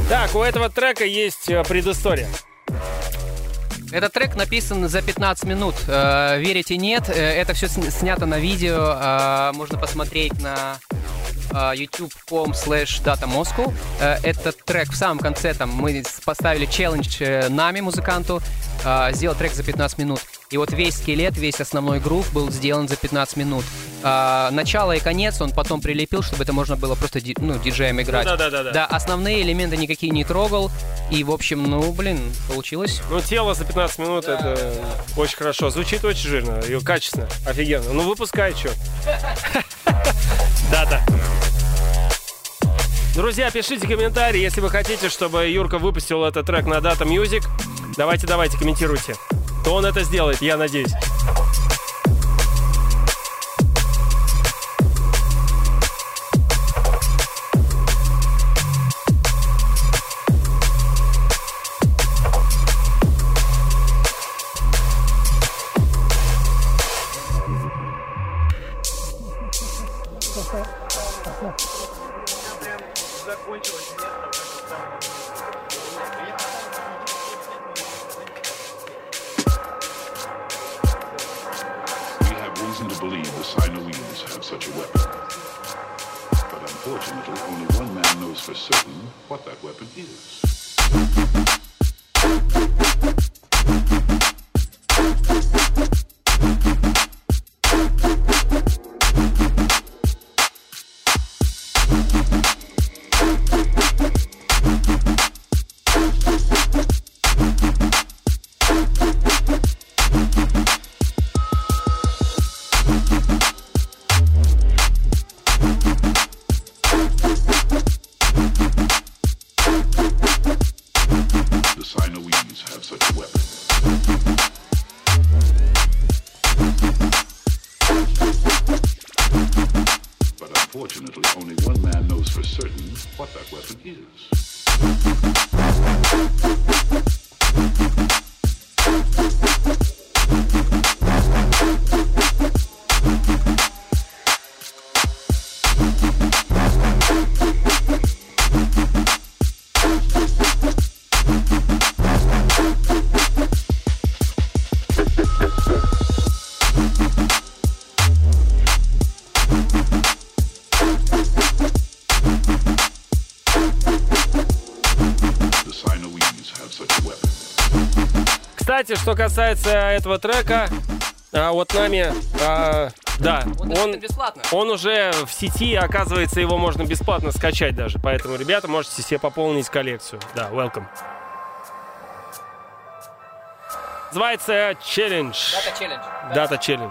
Так, у этого трека есть предыстория. Этот трек написан за пятнадцать минут. Э, верите, нет, это все снято на видео. Э, можно посмотреть на ютуб точка ком слэш дата москва. Этот трек в самом конце, там мы поставили челлендж нами, музыканту, сделать трек за пятнадцать минут. И вот весь скелет, весь основной грув был сделан за пятнадцать минут. Начало и конец он потом прилепил, чтобы это можно было просто ди- ну, диджеем играть. Ну, да, да, да, да. Да, основные элементы никакие не трогал. И, в общем, ну, блин, получилось. Ну, тело за пятнадцать минут, да. Это очень хорошо. Звучит очень жирно и качественно. Офигенно. Ну, выпускай, что. Дата. Друзья, пишите комментарии, если вы хотите, чтобы Юрка выпустил этот трек на Data Music. Давайте, давайте, комментируйте. То он это сделает, я надеюсь. Кстати, что касается этого трека, а, вот нами, а, да, он, он, он уже в сети, оказывается, его можно бесплатно скачать даже. Поэтому, ребята, можете себе пополнить коллекцию. Да, welcome. Называется Challenge. Data Challenge. Data Challenge.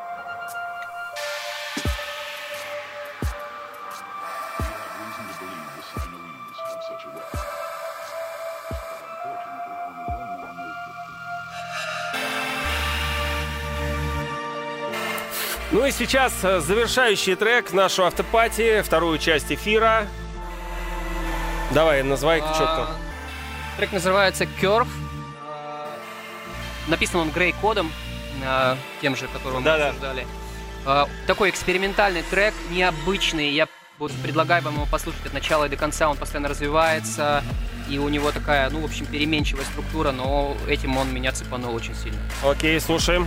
Ну и сейчас завершающий трек нашего автопати, вторую часть эфира. Давай, называй а, четко. Трек называется Curve. Написан он грей-кодом, тем же, которого мы Да-да. обсуждали. Такой экспериментальный трек, необычный. Я вот предлагаю вам его послушать от начала и до конца. Он постоянно развивается, и у него такая, ну, в общем, переменчивая структура, но этим он меня цепанул очень сильно. Окей, слушаем.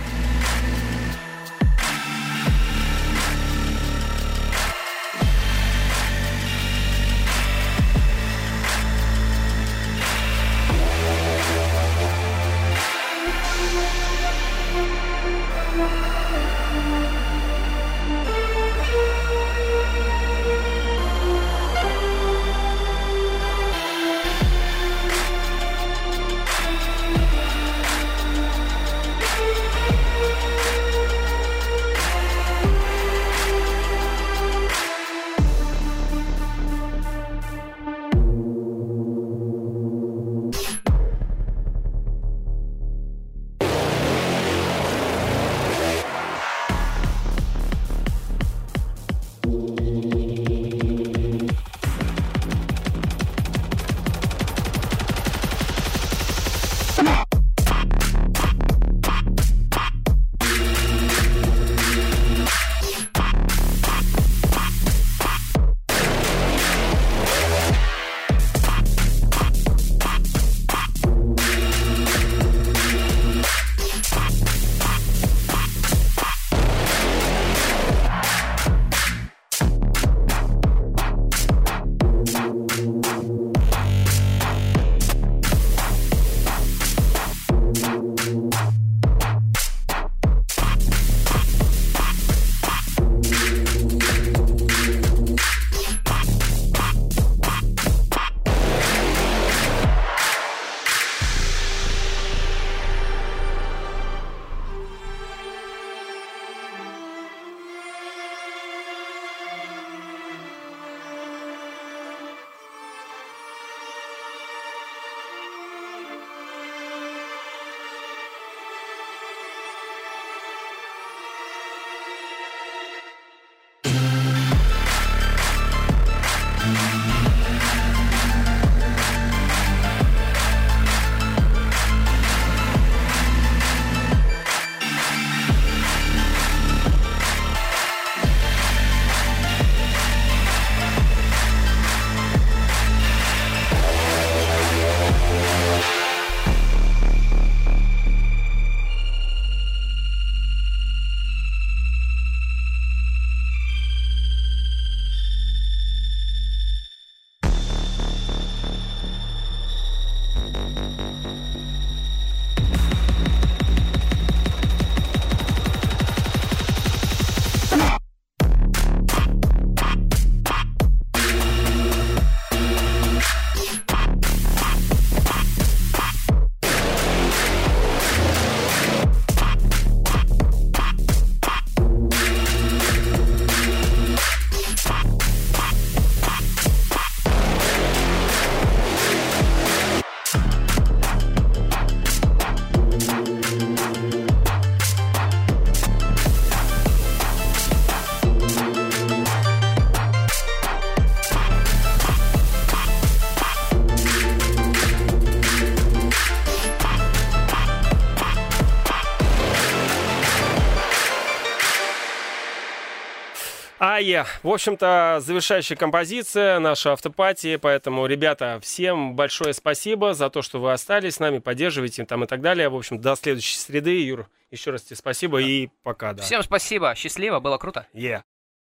А я, в общем-то, завершающая композиция нашей автопатии, поэтому, ребята, всем большое спасибо за то, что вы остались с нами, поддерживаете там и так далее. В общем, до следующей среды. Юр, еще раз тебе спасибо и пока, да. Всем спасибо, счастливо, было круто. Yeah.